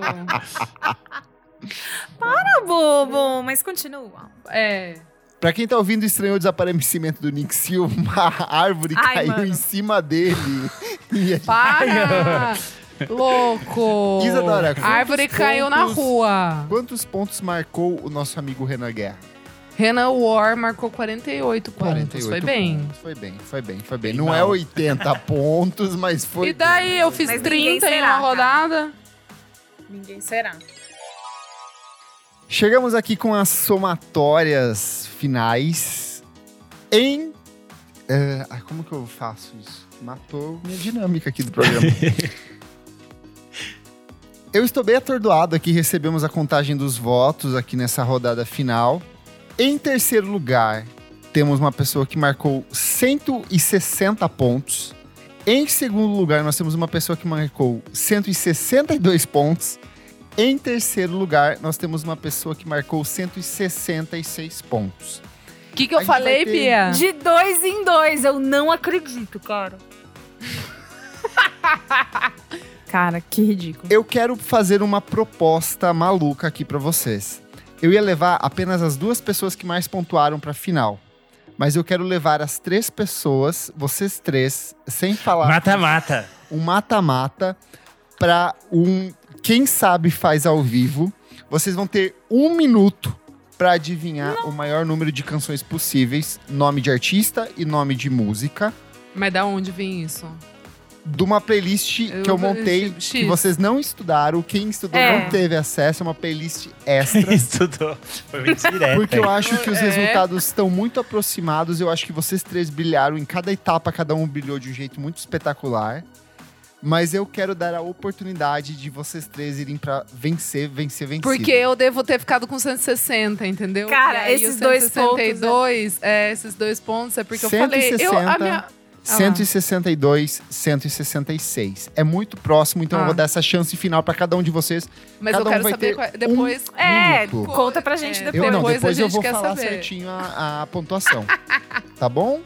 Tá bobo, mas continua. É. Pra quem tá ouvindo, estranhou o desaparecimento do Nick Silva. Uma árvore Ai, caiu mano. em cima dele. E a- Para! Louco! Isadora, A árvore quantos caiu na pontos- rua. Quantos pontos marcou o nosso amigo Renan Guerra? Renan War marcou quarenta e oito pontos. Foi bem. pontos. Foi bem, foi bem, foi bem. Bem Não mal. é oitenta pontos, mas foi E daí, eu fiz Mas ninguém trinta em será, uma cara. rodada. Ninguém será. Chegamos aqui com as somatórias finais em... é, ai, como que eu faço isso? Matou minha dinâmica aqui do programa. Eu estou bem atordoado aqui, recebemos a contagem dos votos aqui nessa rodada final. Em terceiro lugar, temos uma pessoa que marcou cento e sessenta pontos. Em segundo lugar, nós temos uma pessoa que marcou cento e sessenta e dois pontos. Em terceiro lugar, nós temos uma pessoa que marcou cento e sessenta e seis pontos. O que, que A eu gente vai falei, ter- Bia? De dois em dois, eu não acredito, cara. Cara, que ridículo. Eu quero fazer uma proposta maluca aqui pra vocês. Eu ia levar apenas as duas pessoas que mais pontuaram pra final. Mas eu quero levar as três pessoas, vocês três, sem falar Mata-mata. um mata-mata pra um quem sabe faz ao vivo. Vocês vão ter um minuto pra adivinhar o maior número de canções possíveis, nome de artista e nome de música, Mas da onde vem isso? de uma playlist Eu- que eu montei X. que vocês não estudaram. Quem estudou É. não teve acesso, é uma playlist extra. Estudou. Foi muito direto. Porque eu hein? acho que os É. resultados estão muito aproximados. Eu acho que vocês três brilharam em cada etapa, cada um brilhou de um jeito muito espetacular. Mas eu quero dar a oportunidade de vocês três irem pra vencer, vencer, vencer. Porque eu devo ter ficado com cento e sessenta, entendeu? Cara, E aí esses o dois cento e sessenta e dois, é, esses dois pontos é porque eu falei. Eu, a minha, cento e sessenta e dois, cento e sessenta e seis. É muito próximo, então Ah. eu vou dar essa chance final pra cada um de vocês. mas Cada eu um quero vai saber ter qual, depois. um É, minuto. conta pra gente É, depois. Eu não, Depois a depois eu gente vou quer falar saber. certinho a, a pontuação. Tá bom?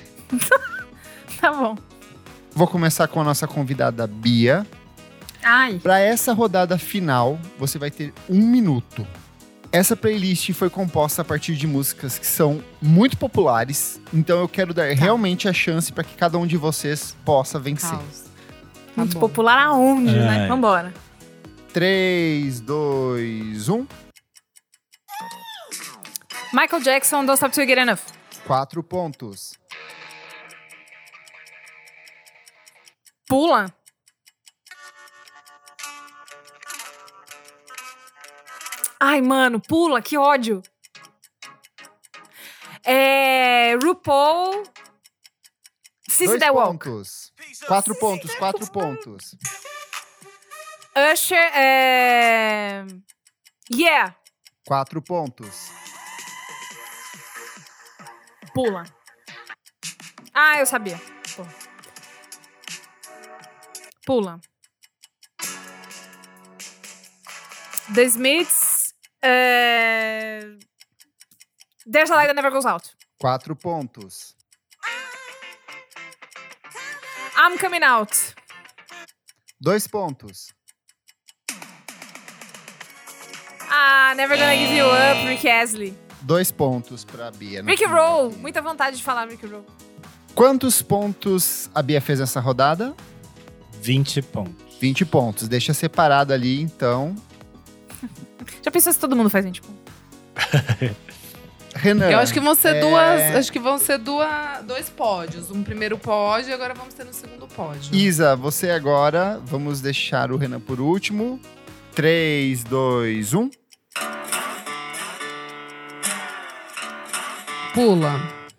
Tá bom. Vou começar com a nossa convidada Bia. Ai. Para essa rodada final, você vai ter um minuto. Essa playlist foi composta a partir de músicas que são muito populares, então eu quero dar realmente a chance para que cada um de vocês possa vencer. Caos. Tá Muito bom. popular aonde, né? Ai. Vambora. três, dois, um. Michael Jackson, Don't Stop Till You Get Enough. Quatro pontos. Pula. Ai, mano, pula, que ódio. É. RuPaul. Sissy Dois The Walk. pontos. Quatro pontos, quatro pontos. Usher. É. Yeah. Quatro pontos. Pula. Ah, eu sabia. Pô. Pula. The Smiths. É... There's a Light That Never Goes Out. Quatro pontos. I'm Coming Out. Dois pontos. Ah, Never Gonna Give You Up, Rick Astley. Dois pontos pra Bia. no Rick final. Roll. Muita vontade de falar Rick Roll. Quantos pontos a Bia fez nessa rodada? vinte pontos. vinte pontos. Deixa separado ali, então. Já pensou se todo mundo faz vinte pontos? Renan. Eu acho que vão ser é, duas. Acho que vão ser duas, dois pódios. Um primeiro pódio e agora vamos ter no segundo pódio. Isa, você agora. Vamos deixar o Renan por último. três, dois, um. Pula.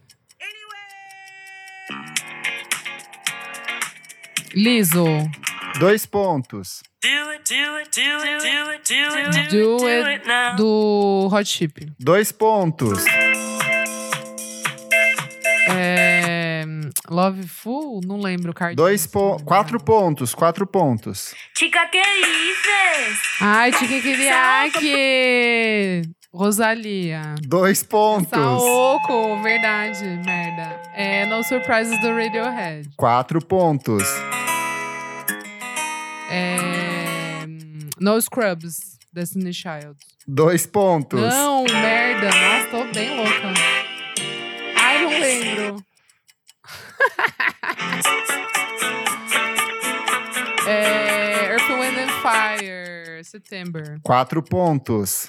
Liso. Dois pontos. Do it, do it, do it, do it, do it, Do do it it now. do Hot Chip. Dois pontos. É, Love Full? Não lembro. Card Dois po quatro pontos. Quatro pontos. Chica, que dices? Ai, Tchiquikiriaki! Rosalia. Dois pontos. Saoko, verdade, merda. É No Surprises do Radiohead. Quatro pontos. É, No Scrubs, Destiny Child. Dois pontos. Não, merda. Nossa, tô bem louca. Ai, não lembro. é, Earth, Wind and Fire, September. Quatro pontos.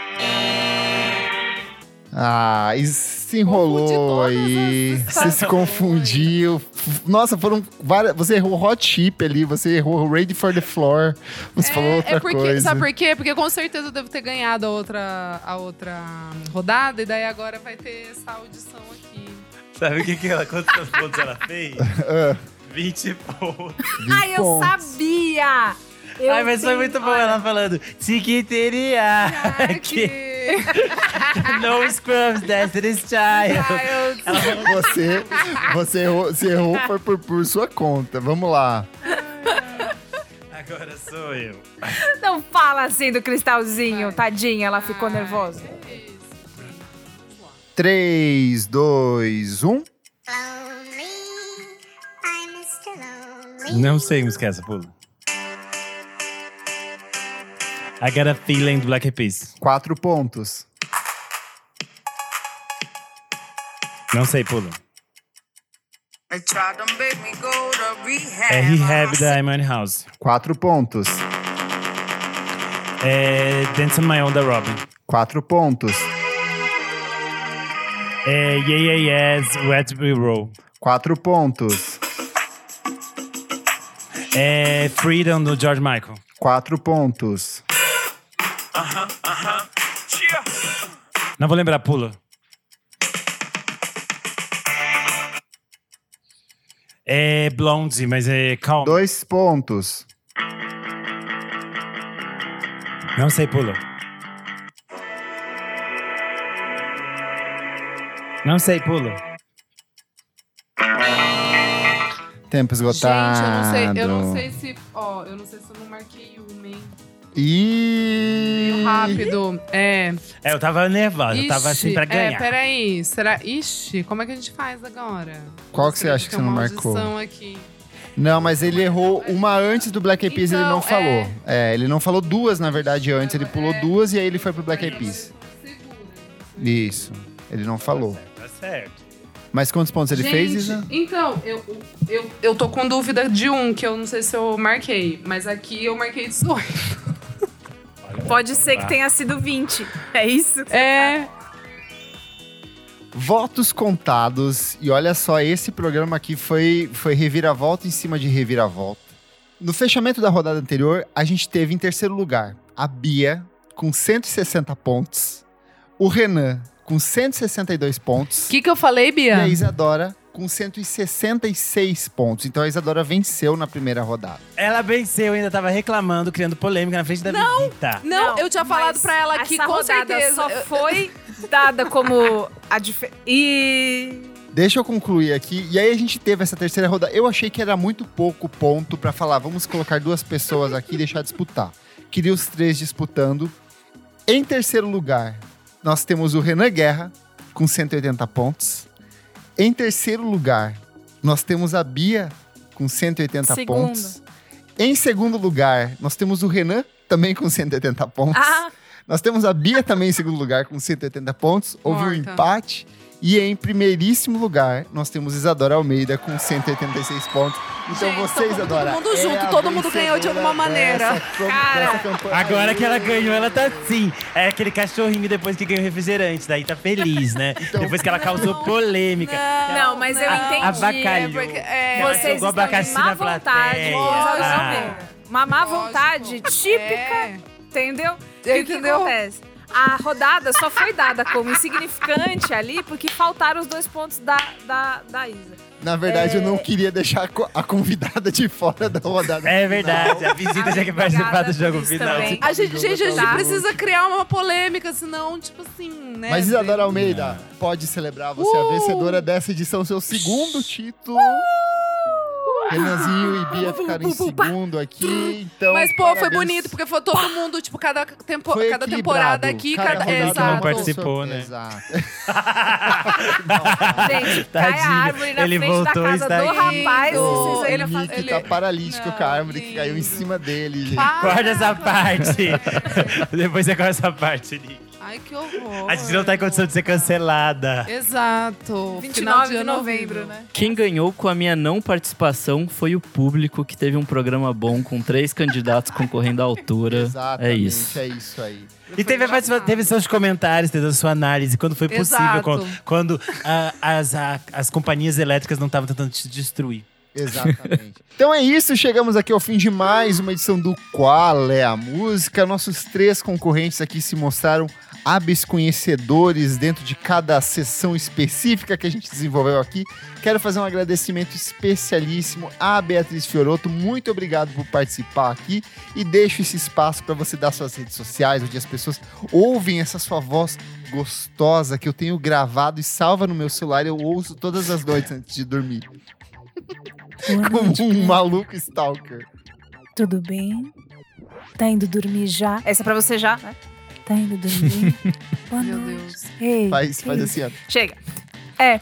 Ah, e se enrolou Confundi todas aí. as Você se estações. confundiu. Nossa, foram várias. Você errou Hot Chip ali, você errou Ready for the Floor. Você falou outra é porque, coisa. sabe por quê? Porque com certeza eu devo ter ganhado a outra, a outra rodada, e daí agora vai ter essa audição aqui. Sabe o que, que ela, quantos pontos ela fez? Ah, vinte pontos. vinte Ai, eu pontos. sabia! Eu Ai, mas foi tenho- muito bom olha, ela falando Tchiquitiriaki. No Scrubs, Destiny's Child. Child. Você, você errou, você errou foi por, por sua conta. Vamos lá. Agora sou eu. Não fala assim do Cristalzinho, Vai. tadinha, ela ficou Ai, nervosa. é isso, sim. Vamos lá. três, dois, um. Lonely, I'm mister Lonely. Não sei música essa, pula. I Got a Feeling do Black Eyed Peas. Quatro pontos. Não sei, pula. They tried to make me go to rehab. É Rehab da Amy House. Quatro pontos. É Dance on My Own da Robin. Quatro pontos. É Yeah Yeah Yes, Wet We Roll. Quatro pontos. É Freedom do George Michael. Quatro pontos. Não vou lembrar, pula. É Blondie, mas é Calm. Dois pontos. Não sei, pula. Não sei, pula. Tempo esgotado. Gente, eu não sei, eu não sei se. Ó, eu não sei se eu não marquei uma, hein? E Meio rápido. É. É, eu tava nervosa, eu tava Ixi, assim pra É, ganhar. peraí. Será. Ixi, como é que a gente faz agora? Qual que você acha que Tem você não uma marcou? audição aqui. Não, mas ele errou uma antes do Black Eyed Peas e ele Então, não falou. É, ele não falou duas, na verdade, antes. Ele pulou duas e aí ele foi pro Black Eyed Peas. Segura. Isso. Ele não falou. Tá certo. Mas quantos pontos ele Gente, fez, Isa? Então, eu, eu, eu tô com dúvida de um, que eu não sei se eu marquei. Mas aqui eu marquei dezoito. Pode ser que tenha sido vinte. É isso? É. Votos contados. E olha só, esse programa aqui foi, foi reviravolta em cima de reviravolta. No fechamento da rodada anterior, a gente teve em terceiro lugar a Bia, com cento e sessenta pontos. O Renan, com cento e sessenta e dois pontos. O que, que eu falei, E Bia? a Isadora, com cento e sessenta e seis pontos. Então a Isadora venceu na primeira rodada. Ela venceu, ainda tava reclamando, criando polêmica na frente da visita. Não, eu tinha falado mas pra ela que essa com rodada certeza. só eu- foi dada como a diferença. E. Deixa eu concluir aqui. E aí a gente teve essa terceira rodada. Eu achei que era muito pouco ponto pra falar, vamos colocar duas pessoas aqui e deixar disputar. Queria os três disputando. Em terceiro lugar, nós temos o Renan Guerra, com cento e oitenta pontos. Em terceiro lugar, nós temos a Bia, com cento e oitenta Segundo. pontos. Em segundo lugar, nós temos o Renan, também com cento e oitenta pontos. Ah, Nós temos a Bia também em segundo lugar, com cento e oitenta pontos. Houve um Morta. empate. E em primeiríssimo lugar, nós temos Isadora Almeida com cento e oitenta e seis pontos. Então Gente, você, todo mundo- Isadora, todo mundo é junto, a todo mundo ganhou de vencedora alguma maneira. dessa cam- Cara, dessa campanha. Agora que ela ganhou, ela tá assim. É aquele cachorrinho depois que ganhou refrigerante. Daí tá feliz, né? Então- depois que ela causou Não. polêmica. Não, mas eu entendi. Avacalhou. É porque- é, Ela vocês jogou estão de abacaxi má na vontade. plateia. Isadora Ah. Almeida. Uma má Lógico. vontade típica, É. entendeu? E o que Entendeu? acontece? A rodada só foi dada como insignificante ali porque faltaram os dois pontos da, da, da Isa. Na verdade, É. eu não queria deixar a co- a convidada de fora da rodada. É verdade, a visita já que participar Obrigada do jogo por isso final. também. A gente, gente, a gente Tá. precisa criar uma polêmica, senão, tipo assim, né? Mas Isadora Almeida, pode celebrar você a Uh! vencedora dessa edição, seu segundo título. Renanzinho e Bia ficaram em segundo aqui, então Mas, pô, foi parabéns. bonito, porque foi todo mundo, tipo, cada, tempo, Foi cada equilibrado. temporada aqui, cada. rodada Exato. uma Não participou, pessoa- né? Exato. Gente, cai a Tadinho. árvore na Ele frente da voltou e casa está do aqui. rapaz. Lindo. E vocês Ele O ainda Nick ele- tá paralítico Não, com a árvore que caiu em lindo. cima dele, gente. Para. Corta essa parte. Depois você corta essa parte, Nick. Ai, que horror. A gente não tá em condição de ser cancelada. Exato. vinte e Final nove de de ano novembro, horrível. né? Quem ganhou com a minha não participação foi o público, que teve um programa bom com três candidatos concorrendo à altura. Exatamente, É isso. é isso aí. E teve, a participa- teve seus comentários, teve a sua análise, quando foi possível, Exato. quando, quando ah, as, a- as companhias elétricas não estavam tentando te destruir. Exatamente. Então é isso, chegamos aqui ao fim de mais uma edição do Qual é a Música. Nossos três concorrentes aqui se mostraram hábeis conhecedores dentro de cada sessão específica que a gente desenvolveu aqui. Quero fazer um agradecimento especialíssimo à Beatriz Fiorotto. Muito obrigado por participar aqui e deixo esse espaço para você dar suas redes sociais, onde as pessoas ouvem essa sua voz gostosa que eu tenho gravado e salva no meu celular. Eu ouço todas as noites antes de dormir. Como um maluco stalker. Tudo bem? Tá indo dormir já? Essa é pra você já, né? Tá indo dormir? Boa Meu noite. Deus. Ei, Faz, faz ei. assim, ó. Chega. É.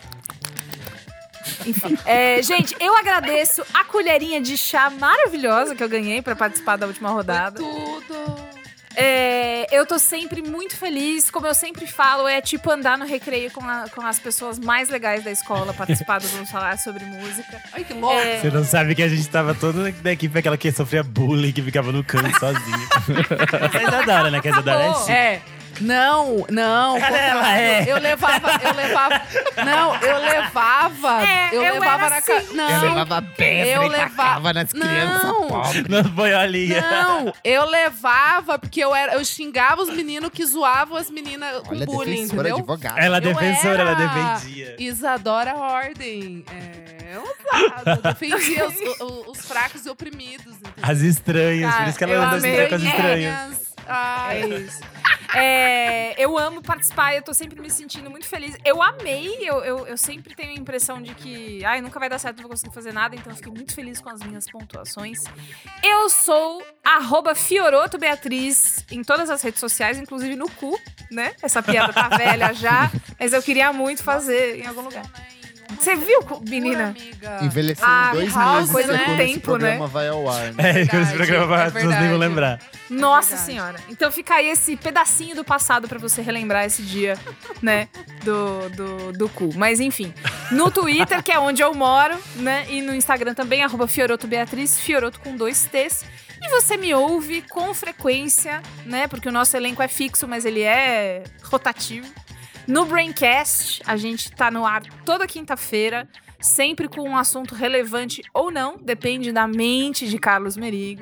Enfim. É, gente, eu agradeço a colherinha de chá maravilhosa que eu ganhei pra participar da última Foi rodada. tudo. É, eu tô sempre muito feliz. Como eu sempre falo, é tipo andar no recreio com, a- com as pessoas mais legais da escola, participar do Vamos Falar sobre Música. Ai, que louco. É, Você não sabe que a gente tava todo da equipe, aquela que sofria bullying, que ficava no canto sozinha. Vocês adoram, né? Que a Isadora é Acabou. chique. É. Não, não. Ela é. Eu levava, eu levava. Não, eu levava. É, eu eu levava era na casa. assim. Não. Eu levava pedra eu e levava- tacava nas crianças Não. pobres. Nas boiolinhas. Não, eu levava porque eu era, eu xingava os meninos que zoavam as meninas com Olha, bullying, defensora, entendeu? advogada. Ela é Eu defensora, ela era defendia. Isadora Ordem. É, ousada. Defendia os, os- os fracos e oprimidos. Entendeu? As estranhas, Cara, por isso que eu ela anda amei. com as estranhas. Estranhas. Ai, É isso. É, eu amo participar, eu tô sempre me sentindo muito feliz. Eu amei, eu, eu, eu sempre tenho a impressão de que ai, nunca vai dar certo, não vou conseguir fazer nada, então eu fiquei muito feliz com as minhas pontuações. Eu sou arroba Fiorotto Beatriz em todas as redes sociais, inclusive no cu, né? Essa piada tá velha já, mas eu queria muito fazer em algum lugar. Você viu, menina? amiga. Envelheceu Ah, dois ah, meses coisa né, do quando esse tempo, programa né? vai ao ar. Né? É, que esse verdade, programa vai, é as pessoas nem vão verdade. lembrar. Nossa verdade. senhora. Então fica aí esse pedacinho do passado pra você relembrar esse dia, né, do, do, do cu. Mas enfim, no Twitter, que é onde eu moro, né, e no Instagram também, arroba Fiorotto Beatriz, Fiorotto com dois T's. E você me ouve com frequência, né, porque o nosso elenco é fixo, mas ele é rotativo. No Braincast, a gente tá no ar toda quinta-feira, sempre com um assunto relevante ou não, depende da mente de Carlos Merigo.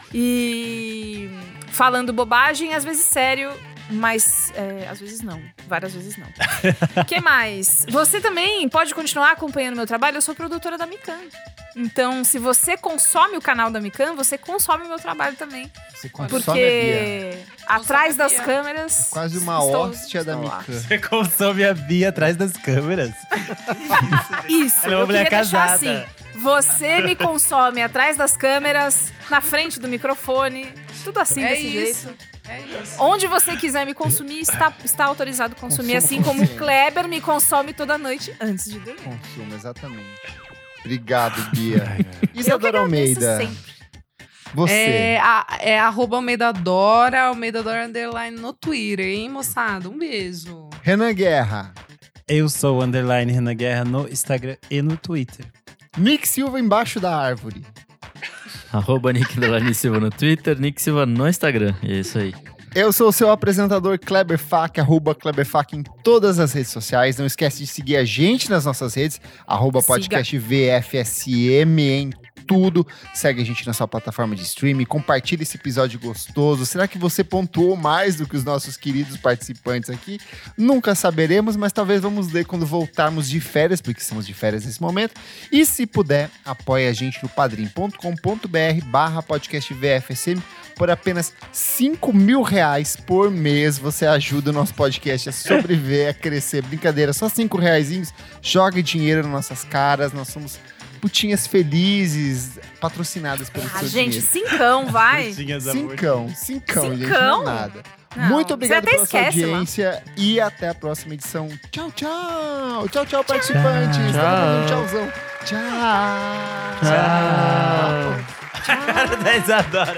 E falando bobagem, às vezes sério, mas é, às vezes não, várias vezes não. O que mais? Você também pode continuar acompanhando meu trabalho, eu sou produtora da Mikan. Então, se você consome o canal da Mikan, você consome o meu trabalho também. Você consome a Bia. Porque atrás das Bia. câmeras. Quase uma estou- hóstia da estou lá. Mikan. Você consome a Bia atrás das câmeras. Isso, Ela é uma eu mulher queria deixar casada. assim. Você me consome atrás das câmeras, na frente do microfone, tudo assim É desse isso. jeito. É isso. Onde você quiser me consumir, está, está autorizado a consumir, Consuma assim como o consciente. Kleber me consome toda noite antes de dormir. Consumo, exatamente. Obrigado, Bia. Ai, ai. Isadora Eu que agradeço Almeida, sempre. você. É, a, é arroba Almeida Dora, Almeida Dora Underline no Twitter, hein, moçada? Um beijo. Renan Guerra. Eu sou o underline Renan Guerra no Instagram e no Twitter. Nick Silva embaixo da árvore. Arroba Nick Delany Silva no Twitter, Nick Silva no Instagram. E é isso aí. Eu sou o seu apresentador Kleber Fak, arroba Kleber Fak em todas as redes sociais. Não esquece de seguir a gente nas nossas redes, arroba Siga. podcast V F S M em tudo. Segue a gente na sua plataforma de streaming, compartilha esse episódio gostoso. Será que você pontuou mais do que os nossos queridos participantes aqui? Nunca saberemos, mas talvez vamos ler quando voltarmos de férias, porque estamos de férias nesse momento. E se puder, apoie a gente no padrim.com.br barra podcast V F S M. Por apenas cinco mil reais por mês, você ajuda o nosso podcast a sobreviver, a crescer. Brincadeira, só cinco reaisinhos. Jogue dinheiro nas nossas caras. Nós somos putinhas felizes, patrocinadas pelo Ah, seu gente, dinheiro. cincão, vai. Beijinhos, amor. Cincão, cincão, gente, Cincão? não é nada. Não, Muito você obrigado até pela sua esquece, audiência e até a próxima edição. Tchau, tchau. Tchau, tchau, participantes. Tchau. Tamo dando um tchauzão. Tchau. Tchau. Cara da Isadora.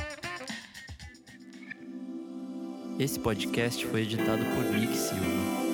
Esse podcast foi editado por Nick Silva.